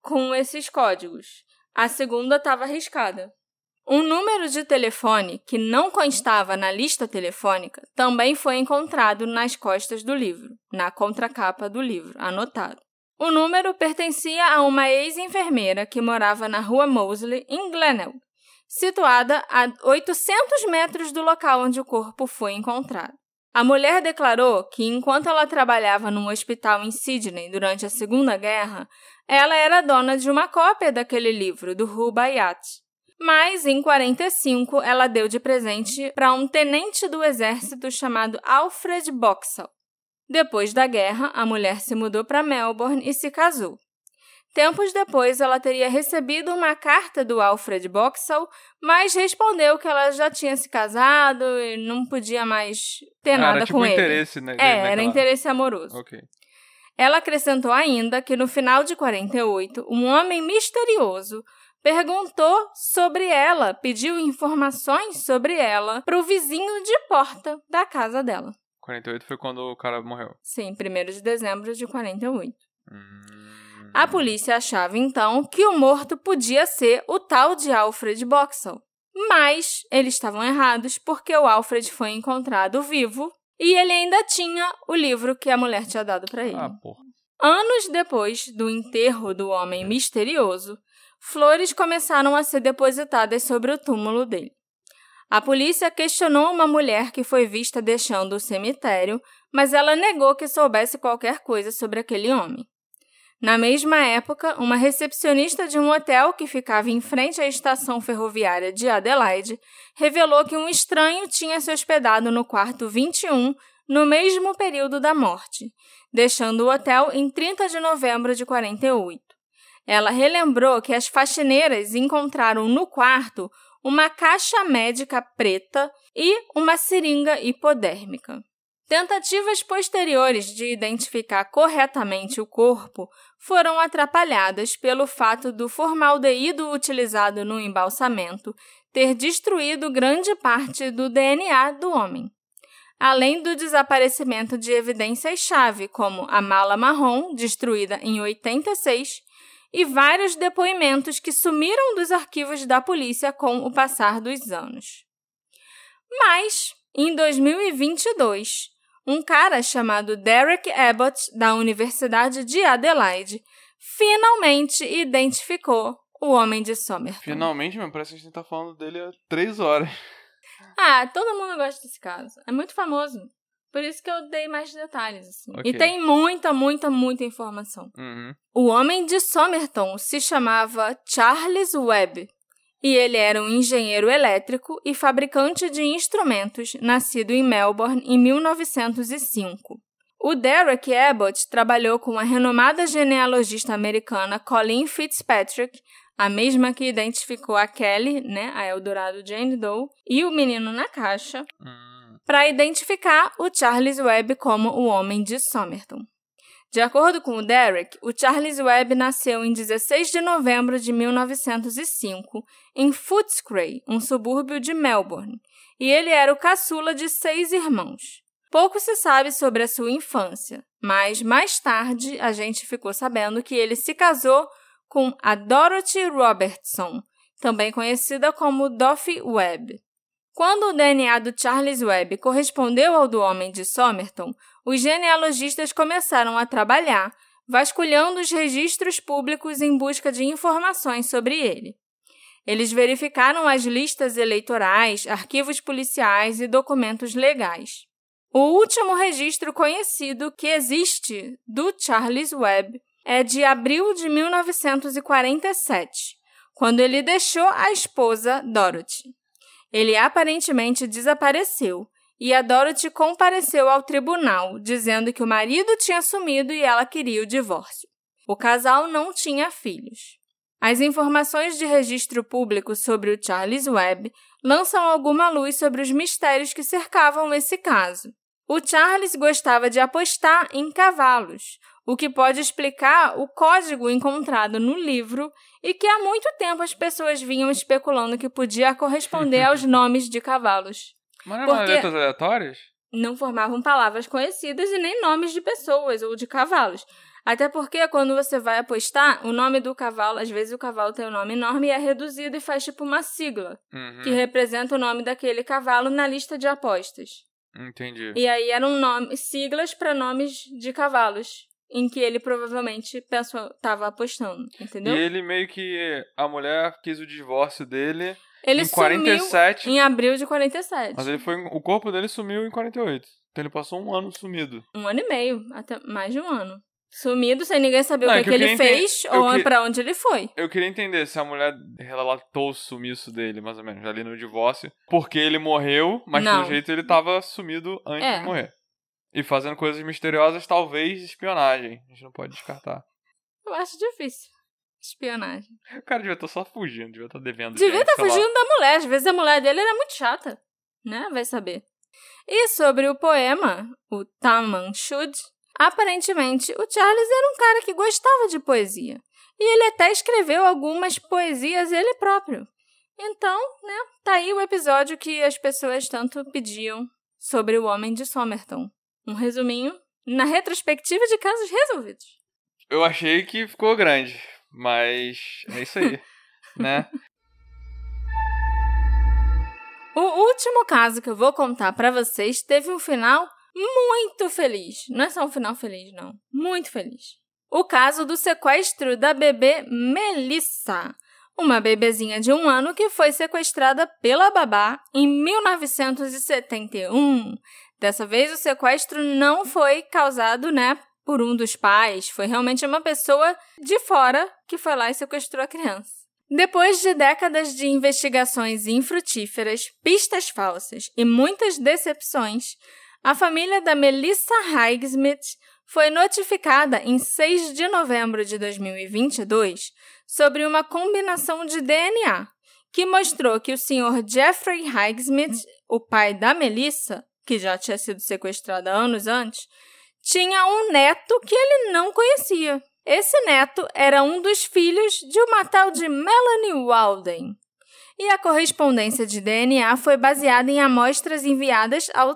com esses códigos. A segunda estava riscada. Um número de telefone que não constava na lista telefônica também foi encontrado nas costas do livro, na contracapa do livro, anotado. O número pertencia a uma ex-enfermeira que morava na rua Moseley, em Glenelg, situada a 800 metros do local onde o corpo foi encontrado. A mulher declarou que, enquanto ela trabalhava num hospital em Sydney durante a Segunda Guerra, ela era dona de uma cópia daquele livro, do Rubaiyat. Mas, em 1945, ela deu de presente para um tenente do exército chamado Alfred Boxall. Depois da guerra, a mulher se mudou para Melbourne e se casou. Tempos depois, ela teria recebido uma carta do Alfred Boxall, mas respondeu que ela já tinha se casado e não podia mais ter nada tipo com ele. Interesse, né? Era interesse amoroso. Okay. Ela acrescentou ainda que no final de 1948, um homem misterioso perguntou sobre ela, pediu informações sobre ela para o vizinho de porta da casa dela. 48 foi quando o cara morreu? Sim, 1º de dezembro de 48. A polícia achava, então, que o morto podia ser o tal de Alfred Boxall. Mas eles estavam errados porque o Alfred foi encontrado vivo e ele ainda tinha o livro que a mulher tinha dado para ele. Porra. Anos depois do enterro do homem misterioso, flores começaram a ser depositadas sobre o túmulo dele. A polícia questionou uma mulher que foi vista deixando o cemitério, mas ela negou que soubesse qualquer coisa sobre aquele homem. Na mesma época, uma recepcionista de um hotel que ficava em frente à estação ferroviária de Adelaide revelou que um estranho tinha se hospedado no quarto 21 no mesmo período da morte, deixando o hotel em 30 de novembro de 48. Ela relembrou que as faxineiras encontraram no quarto uma caixa médica preta e uma seringa hipodérmica. Tentativas posteriores de identificar corretamente o corpo foram atrapalhadas pelo fato do formaldeído utilizado no embalsamento ter destruído grande parte do DNA do homem, além do desaparecimento de evidências-chave, como a mala marrom, destruída em 86, e vários depoimentos que sumiram dos arquivos da polícia com o passar dos anos. Mas, em 2022, um cara chamado Derek Abbott, da Universidade de Adelaide, finalmente identificou o homem de Somerton. Finalmente, meu, parece que a gente tá falando dele há 3 horas. Todo mundo gosta desse caso. É muito famoso. Por isso que eu dei mais detalhes, assim. Okay. E tem muita informação. O homem de Somerton se chamava Charles Webb. E ele era um engenheiro elétrico e fabricante de instrumentos, nascido em Melbourne em 1905. O Derek Abbott trabalhou com a renomada genealogista americana Colleen Fitzpatrick, a mesma que identificou a Kelly, né, a Eldorado Jane Doe, e o menino na caixa, para identificar o Charles Webb como o homem de Somerton. De acordo com o Derek, o Charles Webb nasceu em 16 de novembro de 1905, em Footscray, um subúrbio de Melbourne, e ele era o caçula de 6 irmãos. Pouco se sabe sobre a sua infância, mas mais tarde a gente ficou sabendo que ele se casou com a Dorothy Robertson, também conhecida como Doffy Webb. Quando o DNA do Charles Webb correspondeu ao do homem de Somerton, os genealogistas começaram a trabalhar, vasculhando os registros públicos em busca de informações sobre ele. Eles verificaram as listas eleitorais, arquivos policiais e documentos legais. O último registro conhecido que existe do Charles Webb é de abril de 1947, quando ele deixou a esposa Dorothy. Ele aparentemente desapareceu e a Dorothy compareceu ao tribunal, dizendo que o marido tinha sumido e ela queria o divórcio. O casal não tinha filhos. As informações de registro público sobre o Charles Webb lançam alguma luz sobre os mistérios que cercavam esse caso. O Charles gostava de apostar em cavalos, o que pode explicar o código encontrado no livro e que há muito tempo as pessoas vinham especulando que podia corresponder aos nomes de cavalos. Mas não eram letras aleatórias? Não formavam palavras conhecidas e nem nomes de pessoas ou de cavalos. Até porque quando você vai apostar, o nome do cavalo, às vezes o cavalo tem um nome enorme e é reduzido e faz tipo uma sigla, que representa o nome daquele cavalo na lista de apostas. Entendi. E aí eram siglas para nomes de cavalos, em que ele provavelmente estava apostando, entendeu? E ele meio que... A mulher quis o divórcio dele ele em 47. Sumiu em abril de 47. Mas o corpo dele sumiu em 48. Então ele passou um ano sumido. 1 ano e meio, até mais de 1 ano. Sumido, sem ninguém saber o que ele fez ou pra onde ele foi. Eu queria entender se a mulher relatou o sumiço dele, mais ou menos, ali no divórcio. Porque ele morreu, mas pelo jeito ele tava sumido antes de morrer. E fazendo coisas misteriosas, talvez espionagem. A gente não pode descartar. Eu acho difícil. Espionagem. O cara devia estar só fugindo, devia estar devendo. Devia estar fugindo da mulher. Às vezes a mulher dele era muito chata, né? Vai saber. E sobre o poema, o Taman Shud, aparentemente o Charles era um cara que gostava de poesia. E ele até escreveu algumas poesias ele próprio. Então, né, tá aí o episódio que as pessoas tanto pediam sobre o Homem de Somerton. Um resuminho na retrospectiva de casos resolvidos. Eu achei que ficou grande, mas é isso aí, né? O último caso que eu vou contar pra vocês teve um final muito feliz. Não é só um final feliz, não. Muito feliz. O caso do sequestro da bebê Melissa, uma bebezinha de 1 ano que foi sequestrada pela babá em 1971. Dessa vez, o sequestro não foi causado, né, por um dos pais. Foi realmente uma pessoa de fora que foi lá e sequestrou a criança. Depois de décadas de investigações infrutíferas, pistas falsas e muitas decepções, a família da Melissa Highsmith foi notificada em 6 de novembro de 2022 sobre uma combinação de DNA que mostrou que o Sr. Jeffrey Highsmith, o pai da Melissa, que já tinha sido sequestrada anos antes, tinha um neto que ele não conhecia. Esse neto era um dos filhos de uma tal de Melanie Walden. E a correspondência de DNA foi baseada em amostras enviadas ao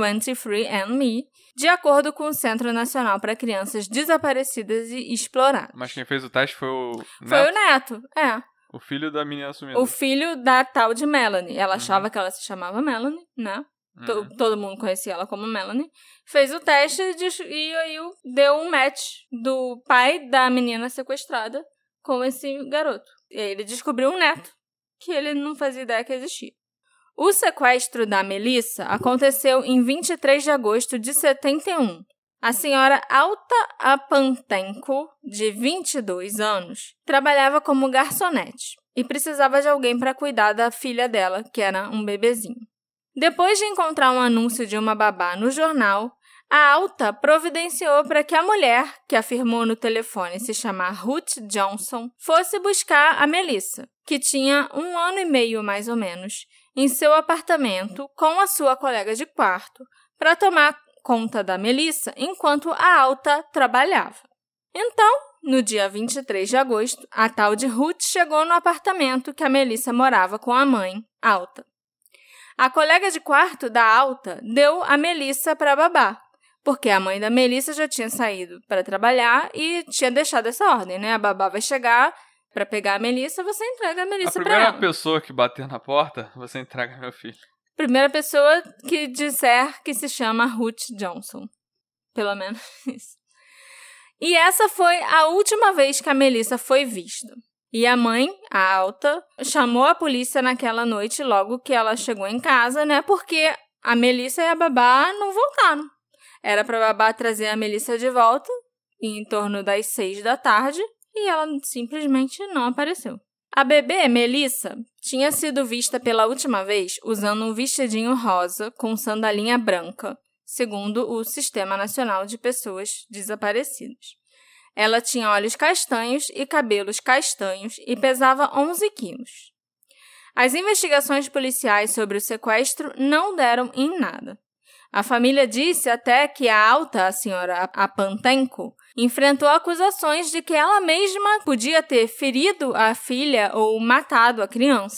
23andMe, de acordo com o Centro Nacional para Crianças Desaparecidas e Exploradas. Mas quem fez o teste foi o neto? Foi o neto, é. O filho da menina sumida. O filho da tal de Melanie. Ela achava que ela se chamava Melanie, né? Todo mundo conhecia ela como Melanie. Fez o teste e aí deu um match do pai da menina sequestrada com esse garoto. E aí ele descobriu um neto que ele não fazia ideia que existia. O sequestro da Melissa aconteceu em 23 de agosto de 71. A senhora Alta Apantenko, de 22 anos, trabalhava como garçonete e precisava de alguém para cuidar da filha dela, que era um bebezinho. Depois de encontrar um anúncio de uma babá no jornal, a Alta providenciou para que a mulher, que afirmou no telefone se chamar Ruth Johnson, fosse buscar a Melissa, que tinha 1 ano e meio mais ou menos, em seu apartamento com a sua colega de quarto, para tomar conta da Melissa enquanto a Alta trabalhava. Então, no dia 23 de agosto, a tal de Ruth chegou no apartamento que a Melissa morava com a mãe, Alta. A colega de quarto da Alta deu a Melissa para babá, porque a mãe da Melissa já tinha saído para trabalhar e tinha deixado essa ordem, né? A babá vai chegar para pegar a Melissa, você entrega a Melissa para ela. A primeira pessoa que bater na porta, você entrega meu filho. Primeira pessoa que disser que se chama Ruth Johnson. Pelo menos isso. E essa foi a última vez que a Melissa foi vista. E a mãe, a Alta, chamou a polícia naquela noite logo que ela chegou em casa, né? Porque a Melissa e a babá não voltaram. Era para a babá trazer a Melissa de volta em torno das 6 da tarde e ela simplesmente não apareceu. A bebê Melissa tinha sido vista pela última vez usando um vestidinho rosa com sandalinha branca, segundo o Sistema Nacional de Pessoas Desaparecidas. Ela tinha olhos castanhos e cabelos castanhos e pesava 11 quilos. As investigações policiais sobre o sequestro não deram em nada. A família disse até que a Alta, a senhora Apantenko, enfrentou acusações de que ela mesma podia ter ferido a filha ou matado a criança.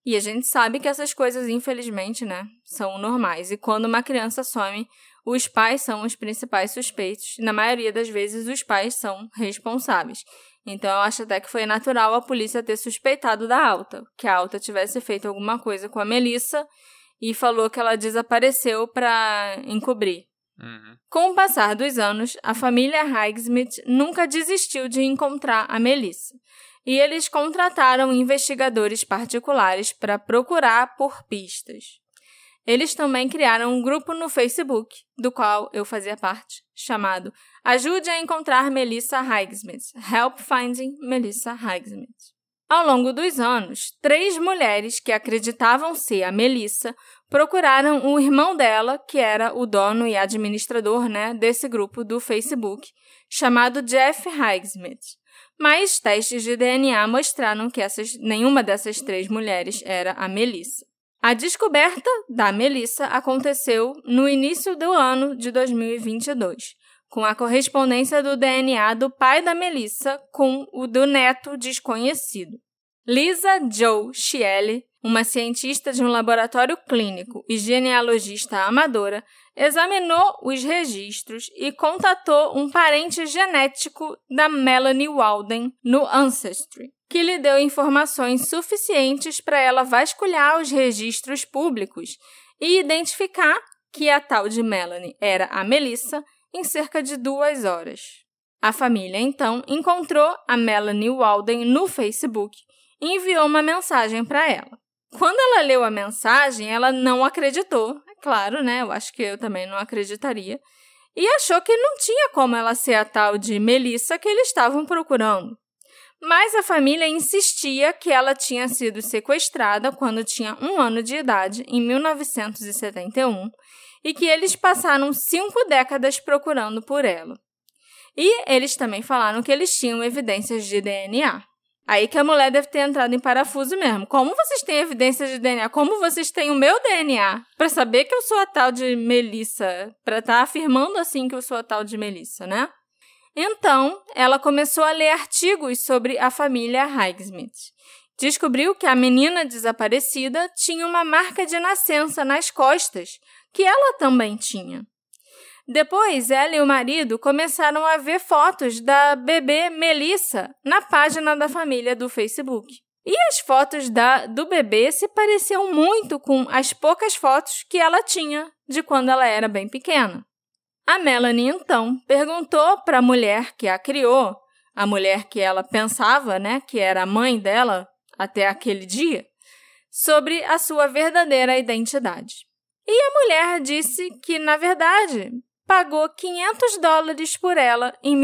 E a gente sabe que essas coisas, infelizmente, né, são normais. E quando uma criança some, os pais são os principais suspeitos. Na maioria das vezes, os pais são responsáveis. Então, eu acho até que foi natural a polícia ter suspeitado da Alta, que a Alta tivesse feito alguma coisa com a Melissa e falou que ela desapareceu para encobrir. Com o passar dos anos, a família Highsmith nunca desistiu de encontrar a Melissa. E eles contrataram investigadores particulares para procurar por pistas. Eles também criaram um grupo no Facebook, do qual eu fazia parte, chamado Ajude a Encontrar Melissa Highsmith, Help Finding Melissa Highsmith. Ao longo dos anos, 3 mulheres que acreditavam ser a Melissa procuraram o irmão dela, que era o dono e administrador, né, desse grupo do Facebook, chamado Jeff Highsmith. Mas testes de DNA mostraram que nenhuma dessas 3 mulheres era a Melissa. A descoberta da Melissa aconteceu no início do ano de 2022, com a correspondência do DNA do pai da Melissa com o do neto desconhecido. Lisa Jo Chieli, uma cientista de um laboratório clínico e genealogista amadora, examinou os registros e contatou um parente genético da Melanie Walden no Ancestry, que lhe deu informações suficientes para ela vasculhar os registros públicos e identificar que a tal de Melanie era a Melissa em cerca de 2 horas. A família, então, encontrou a Melanie Walden no Facebook e enviou uma mensagem para ela. Quando ela leu a mensagem, ela não acreditou, é claro, né? Eu acho que eu também não acreditaria, e achou que não tinha como ela ser a tal de Melissa que eles estavam procurando. Mas a família insistia que ela tinha sido sequestrada quando tinha 1 ano de idade, em 1971, e que eles passaram 5 décadas procurando por ela. E eles também falaram que eles tinham evidências de DNA. Aí que a mulher deve ter entrado em parafuso mesmo. Como vocês têm evidências de DNA? Como vocês têm o meu DNA para saber que eu sou a tal de Melissa? Para estar afirmando assim que eu sou a tal de Melissa, né? Então, ela começou a ler artigos sobre a família Highsmith. Descobriu que a menina desaparecida tinha uma marca de nascença nas costas, que ela também tinha. Depois, ela e o marido começaram a ver fotos da bebê Melissa na página da família do Facebook. E as fotos do bebê se pareciam muito com as poucas fotos que ela tinha de quando ela era bem pequena. A Melanie, então, perguntou para a mulher que a criou, a mulher que ela pensava, né, que era a mãe dela até aquele dia, sobre a sua verdadeira identidade. E a mulher disse que, na verdade, pagou $500 por ela em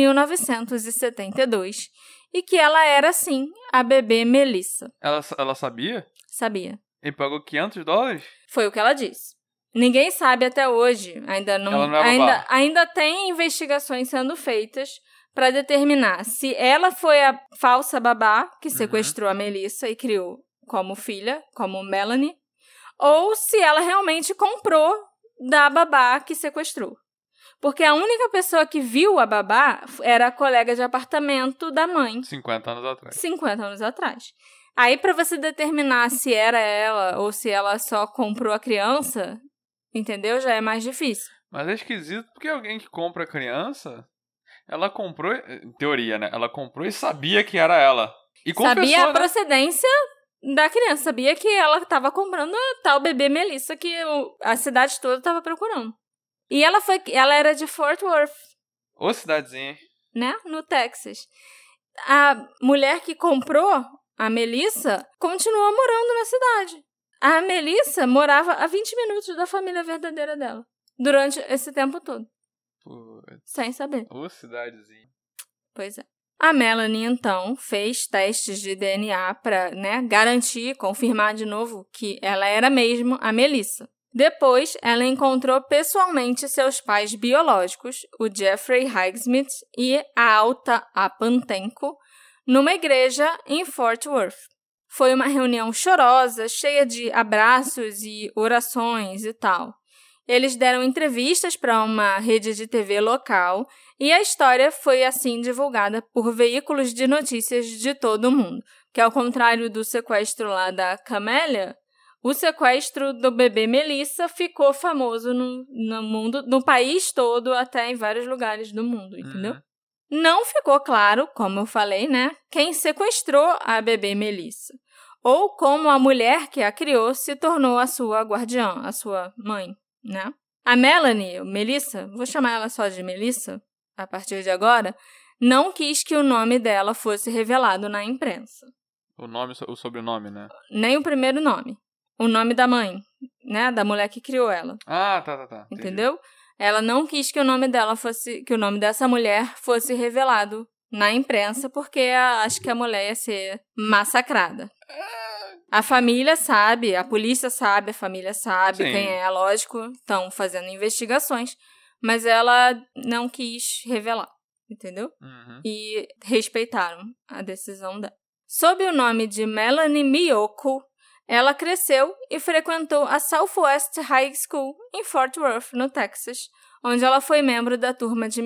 1972 e que ela era, sim, a bebê Melissa. Ela sabia? Sabia. E pagou $500? Foi o que ela disse. Ninguém sabe até hoje. Ainda tem investigações sendo feitas para determinar se ela foi a falsa babá que sequestrou a Melissa e criou como filha, como Melanie, ou se ela realmente comprou da babá que sequestrou. Porque a única pessoa que viu a babá era a colega de apartamento da mãe. 50 anos atrás. 50 anos atrás. Aí, para você determinar se era ela ou se ela só comprou a criança, entendeu? Já é mais difícil. Mas é esquisito porque alguém que compra a criança, ela comprou, em teoria, né? Ela comprou e sabia que era ela. E confessou, sabia a né? procedência da criança. Sabia que ela estava comprando a tal bebê Melissa que a cidade toda estava procurando. E ela era de Fort Worth. Ô cidadezinha. Né? No Texas. A mulher que comprou a Melissa continua morando na cidade. A Melissa morava a 20 minutos da família verdadeira dela. Durante esse tempo todo. Putz. Sem saber. Ô cidadezinha. Pois é. A Melanie, então, fez testes de DNA para, né, garantir, confirmar de novo que ela era mesmo a Melissa. Depois, ela encontrou pessoalmente seus pais biológicos, o Jeffrey Highsmith e a Alta Apantenko, numa igreja em Fort Worth. Foi uma reunião chorosa, cheia de abraços e orações e tal. Eles deram entrevistas para uma rede de TV local e a história foi assim divulgada por veículos de notícias de todo o mundo. que ao contrário do sequestro lá da Camélia, o sequestro do bebê Melissa ficou famoso no mundo, no país todo, até em vários lugares do mundo, entendeu? Não ficou claro, como eu falei, né, quem sequestrou a bebê Melissa, ou como a mulher que a criou se tornou a sua guardiã, a sua mãe, né? A Melanie, Melissa, vou chamar ela só de Melissa, a partir de agora, não quis que o nome dela fosse revelado na imprensa. O sobrenome, né? Nem o primeiro nome. O nome da mãe, né? Da mulher que criou ela. Ah, tá. Entendeu? Ela não quis que o nome dela fosse, que o nome dessa mulher fosse revelado na imprensa, porque acho que a mulher ia ser massacrada. A família sabe, a polícia sabe, a família sabe. Sim. Quem é, lógico, estão fazendo investigações, mas ela não quis revelar, entendeu? E respeitaram a decisão dela. Sob o nome de Melanie Miyoko, ela cresceu e frequentou a Southwest High School em Fort Worth, no Texas, onde ela foi membro da turma de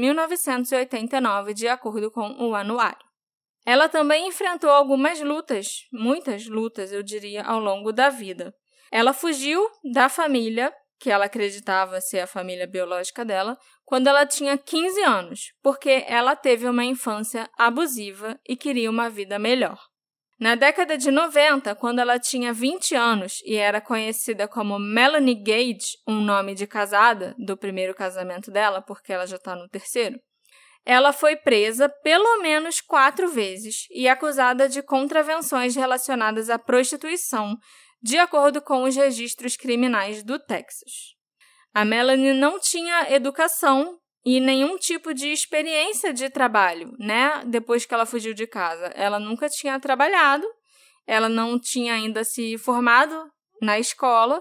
1989, de acordo com o anuário. Ela também enfrentou algumas lutas, muitas lutas, eu diria, ao longo da vida. Ela fugiu da família, que ela acreditava ser a família biológica dela, quando ela tinha 15 anos, porque ela teve uma infância abusiva e queria uma vida melhor. Na década de 90, quando ela tinha 20 anos e era conhecida como Melanie Gage, um nome de casada do primeiro casamento dela, porque ela já está no terceiro, ela foi presa pelo menos 4 vezes e acusada de contravenções relacionadas à prostituição, de acordo com os registros criminais do Texas. A Melanie não tinha educação e nenhum tipo de experiência de trabalho, né? Depois que ela fugiu de casa. Ela nunca tinha trabalhado, ela não tinha ainda se formado na escola,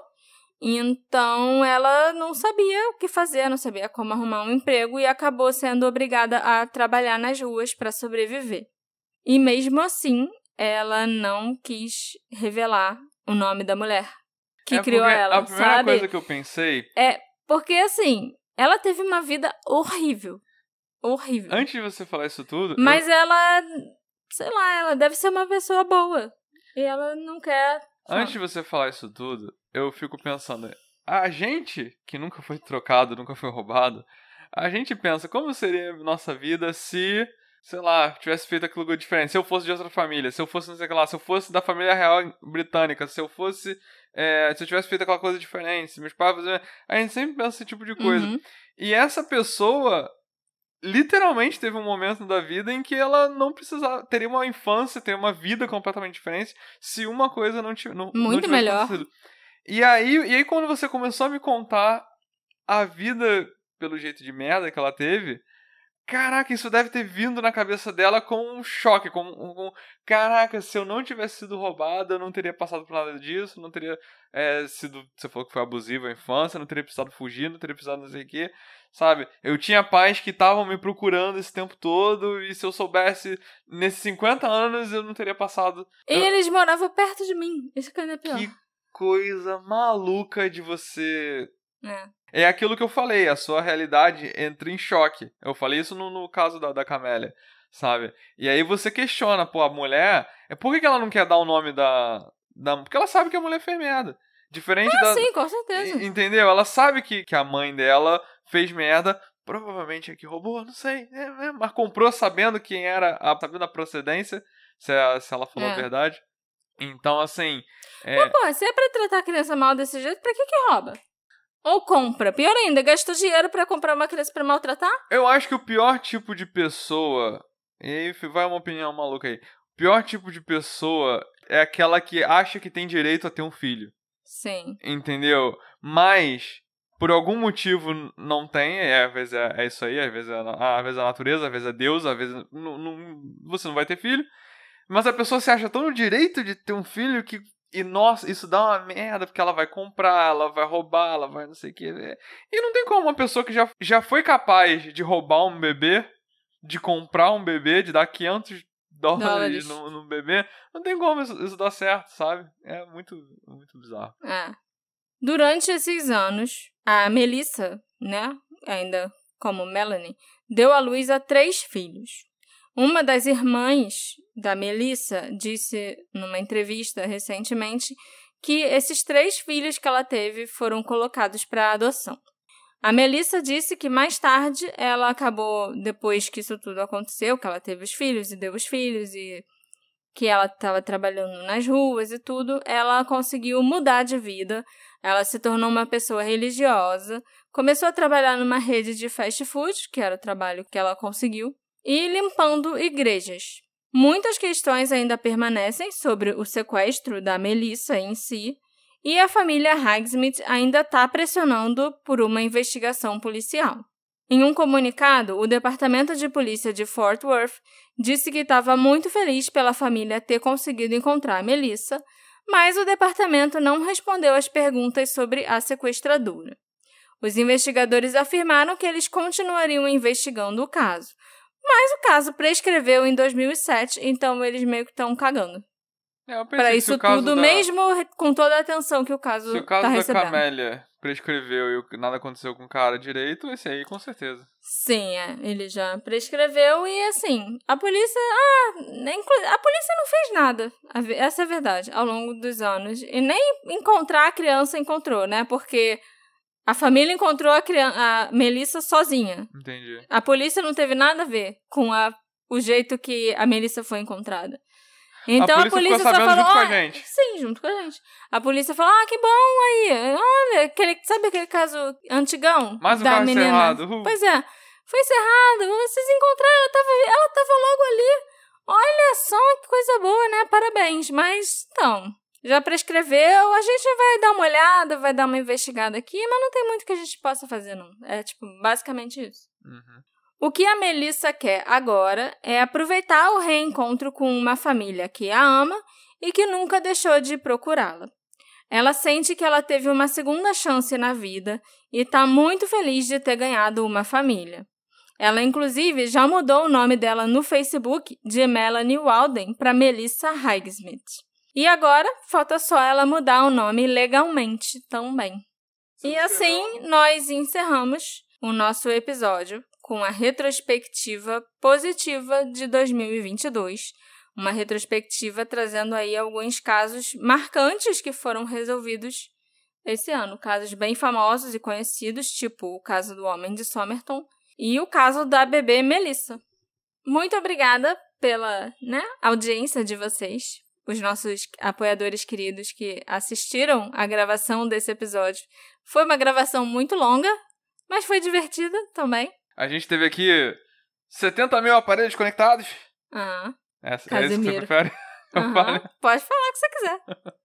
então ela não sabia o que fazer, não sabia como arrumar um emprego e acabou sendo obrigada a trabalhar nas ruas para sobreviver. E mesmo assim, ela não quis revelar o nome da mulher que criou ela, a primeira coisa que eu pensei... É porque, assim, ela teve uma vida horrível. Horrível. Antes de você falar isso tudo... Mas ela, sei lá, ela deve ser uma pessoa boa. E ela não quer... Antes de você falar isso tudo, eu fico pensando... A gente, que nunca foi trocado, nunca foi roubado, a gente pensa, como seria a nossa vida se... sei lá, tivesse feito aquilo diferente, se eu fosse de outra família, se eu fosse não sei o que lá, se eu fosse da família real britânica, se eu fosse, se eu tivesse feito aquela coisa diferente, se meus pais... A gente sempre pensa esse tipo de coisa. E essa pessoa, literalmente, teve um momento da vida em que ela não precisava, teria uma infância, teria uma vida completamente diferente, se uma coisa não tivesse melhor. acontecido. E aí, quando você começou a me contar a vida, pelo jeito de merda que ela teve... Caraca, isso deve ter vindo na cabeça dela com um choque, caraca, se eu não tivesse sido roubada, eu não teria passado por nada disso, não teria sido, você falou que foi abusiva a infância, não teria precisado fugir, não teria precisado não sei o quê, sabe? Eu tinha pais que estavam me procurando esse tempo todo, e se eu soubesse, nesses 50 anos, eu não teria passado... E eles moravam perto de mim, isso que ainda é pior. Que coisa maluca de você... É aquilo que eu falei, a sua realidade entra em choque. Eu falei isso no caso da Camélia, sabe? E aí você questiona, pô, a mulher... Por que ela não quer dar o nome da... Porque ela sabe que a mulher fez merda. Diferente da... Sim, com certeza. Entendeu? Ela sabe que a mãe dela fez merda. Provavelmente é que roubou, não sei. Mas comprou sabendo quem era, sabendo a procedência, se ela falou a verdade. Então, assim... Mas, pô, se é pra tratar a criança mal desse jeito, pra que rouba? Ou compra. Pior ainda, gastou dinheiro pra comprar uma criança pra maltratar? Eu acho que o pior tipo de pessoa... E aí vai uma opinião maluca aí. O pior tipo de pessoa é aquela que acha que tem direito a ter um filho. Sim. Entendeu? Mas, por algum motivo, não tem. Às vezes é isso aí. Às vezes é a natureza, às vezes é Deus. Às vezes você não vai ter filho. Mas a pessoa se acha tão no direito de ter um filho que... E, nossa, isso dá uma merda, porque ela vai comprar, ela vai roubar, ela vai não sei o que. E não tem como uma pessoa que já foi capaz de roubar um bebê, de comprar um bebê, de dar $500 no bebê, não tem como isso dar certo, sabe? É muito, muito bizarro. Durante esses anos, a Melissa, né, ainda como Melanie, deu à luz a 3 filhos. Uma das irmãs da Melissa disse numa entrevista recentemente que esses 3 filhos que ela teve foram colocados para adoção. A Melissa disse que mais tarde ela acabou, depois que isso tudo aconteceu, que ela teve os filhos e deu os filhos e que ela estava trabalhando nas ruas e tudo, ela conseguiu mudar de vida. Ela se tornou uma pessoa religiosa, começou a trabalhar numa rede de fast food, que era o trabalho que ela conseguiu, e limpando igrejas. Muitas questões ainda permanecem sobre o sequestro da Melissa em si, e a família Highsmith ainda está pressionando por uma investigação policial. Em um comunicado, o Departamento de Polícia de Fort Worth disse que estava muito feliz pela família ter conseguido encontrar a Melissa, mas o departamento não respondeu às perguntas sobre a sequestradora. Os investigadores afirmaram que eles continuariam investigando o caso, mas o caso prescreveu em 2007, então eles meio que estão cagando. Para isso tudo, mesmo com toda a atenção que o caso está recebendo. Se o caso da Camélia prescreveu e nada aconteceu com o cara direito, esse aí com certeza. Sim, ele já prescreveu e assim, a polícia não fez nada, essa é a verdade, ao longo dos anos. E nem encontrar a criança encontrou, né? Porque a família encontrou a Melissa sozinha. Entendi. A polícia não teve nada a ver com o jeito que a Melissa foi encontrada. Então a polícia só falou, junto com a gente. Sim, junto com a gente. A polícia falou, que bom aí. Olha, sabe aquele caso antigão? Mais um da carro menina? encerrado. Pois é, foi encerrado. Vocês encontraram, ela tava logo ali. Olha só, que coisa boa, né? Parabéns. Mas, então, já prescreveu, a gente vai dar uma olhada, vai dar uma investigada aqui, mas não tem muito que a gente possa fazer, não. É, basicamente isso. Uhum. O que a Melissa quer agora é aproveitar o reencontro com uma família que a ama e que nunca deixou de procurá-la. Ela sente que ela teve uma segunda chance na vida e está muito feliz de ter ganhado uma família. Ela, inclusive, já mudou o nome dela no Facebook de Melanie Walden para Melissa Highsmith. E agora, falta só ela mudar o nome legalmente também. E assim, nós encerramos o nosso episódio com a retrospectiva positiva de 2022. Uma retrospectiva trazendo aí alguns casos marcantes que foram resolvidos esse ano. Casos bem famosos e conhecidos, tipo o caso do Homem de Somerton e o caso da bebê Melissa. Muito obrigada pela audiência de vocês, os nossos apoiadores queridos que assistiram à gravação desse episódio. Foi uma gravação muito longa, mas foi divertida também. A gente teve aqui 70 mil aparelhos conectados. É isso que você prefere? Pode falar o que você quiser.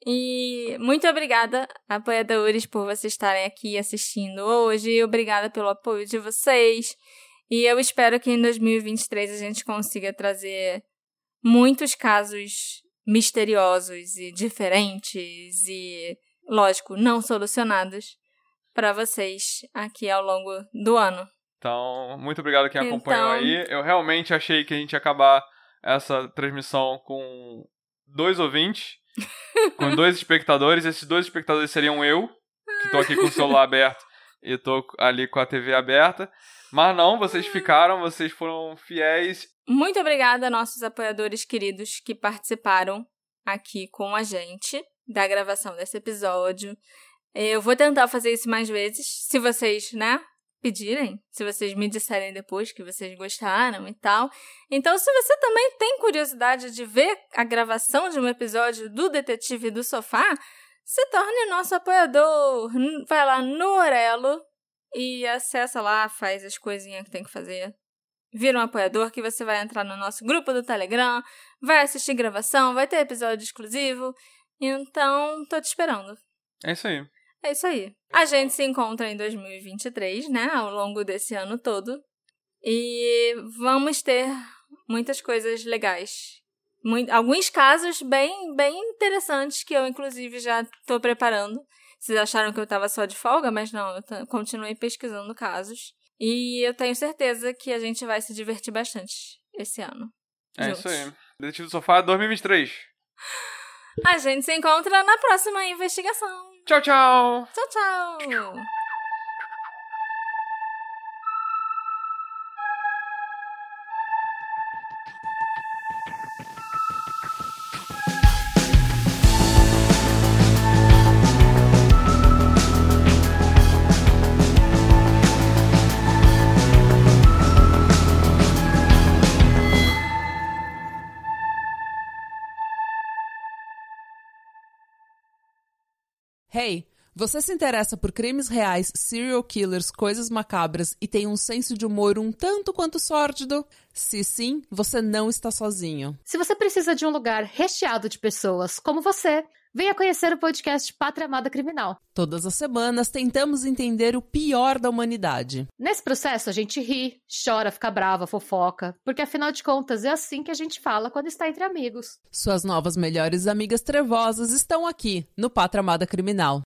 E muito obrigada, apoiadores, por vocês estarem aqui assistindo hoje. Obrigada pelo apoio de vocês. E eu espero que em 2023 a gente consiga trazer muitos casos misteriosos e diferentes e, lógico, não solucionados para vocês aqui ao longo do ano. Então, muito obrigado a quem acompanhou aí. Eu realmente achei que a gente ia acabar essa transmissão com 2 ouvintes, com 2 espectadores. Esses 2 espectadores seriam eu, que tô aqui com o celular aberto e tô ali com a TV aberta. Mas não, vocês ficaram, vocês foram fiéis. Muito obrigada a nossos apoiadores queridos que participaram aqui com a gente da gravação desse episódio. Eu vou tentar fazer isso mais vezes, se vocês, pedirem, se vocês me disserem depois que vocês gostaram e tal. Então, se você também tem curiosidade de ver a gravação de um episódio do Detetive do Sofá, se torne nosso apoiador. Vai lá no Orelo e acessa lá, faz as coisinhas que tem que fazer. Vira um apoiador que você vai entrar no nosso grupo do Telegram, vai assistir gravação, vai ter episódio exclusivo. Então, tô te esperando. É isso aí. É isso aí. A gente se encontra em 2023, ao longo desse ano todo. E vamos ter muitas coisas legais. Alguns casos bem, bem interessantes que eu, inclusive, já estou preparando. Vocês acharam que eu estava só de folga, mas não, eu continuei pesquisando casos. E eu tenho certeza que a gente vai se divertir bastante esse ano. É juntos. Isso aí. Detetive do Sofá 2023. A gente se encontra na próxima investigação. Tchau, tchau! Tchau, tchau! Hey, você se interessa por crimes reais, serial killers, coisas macabras e tem um senso de humor um tanto quanto sórdido? Se sim, você não está sozinho. Se você precisa de um lugar recheado de pessoas como você, venha conhecer o podcast Pátria Amada Criminal. Todas as semanas tentamos entender o pior da humanidade. Nesse processo a gente ri, chora, fica brava, fofoca, porque afinal de contas é assim que a gente fala quando está entre amigos. Suas novas melhores amigas trevosas estão aqui no Pátria Amada Criminal.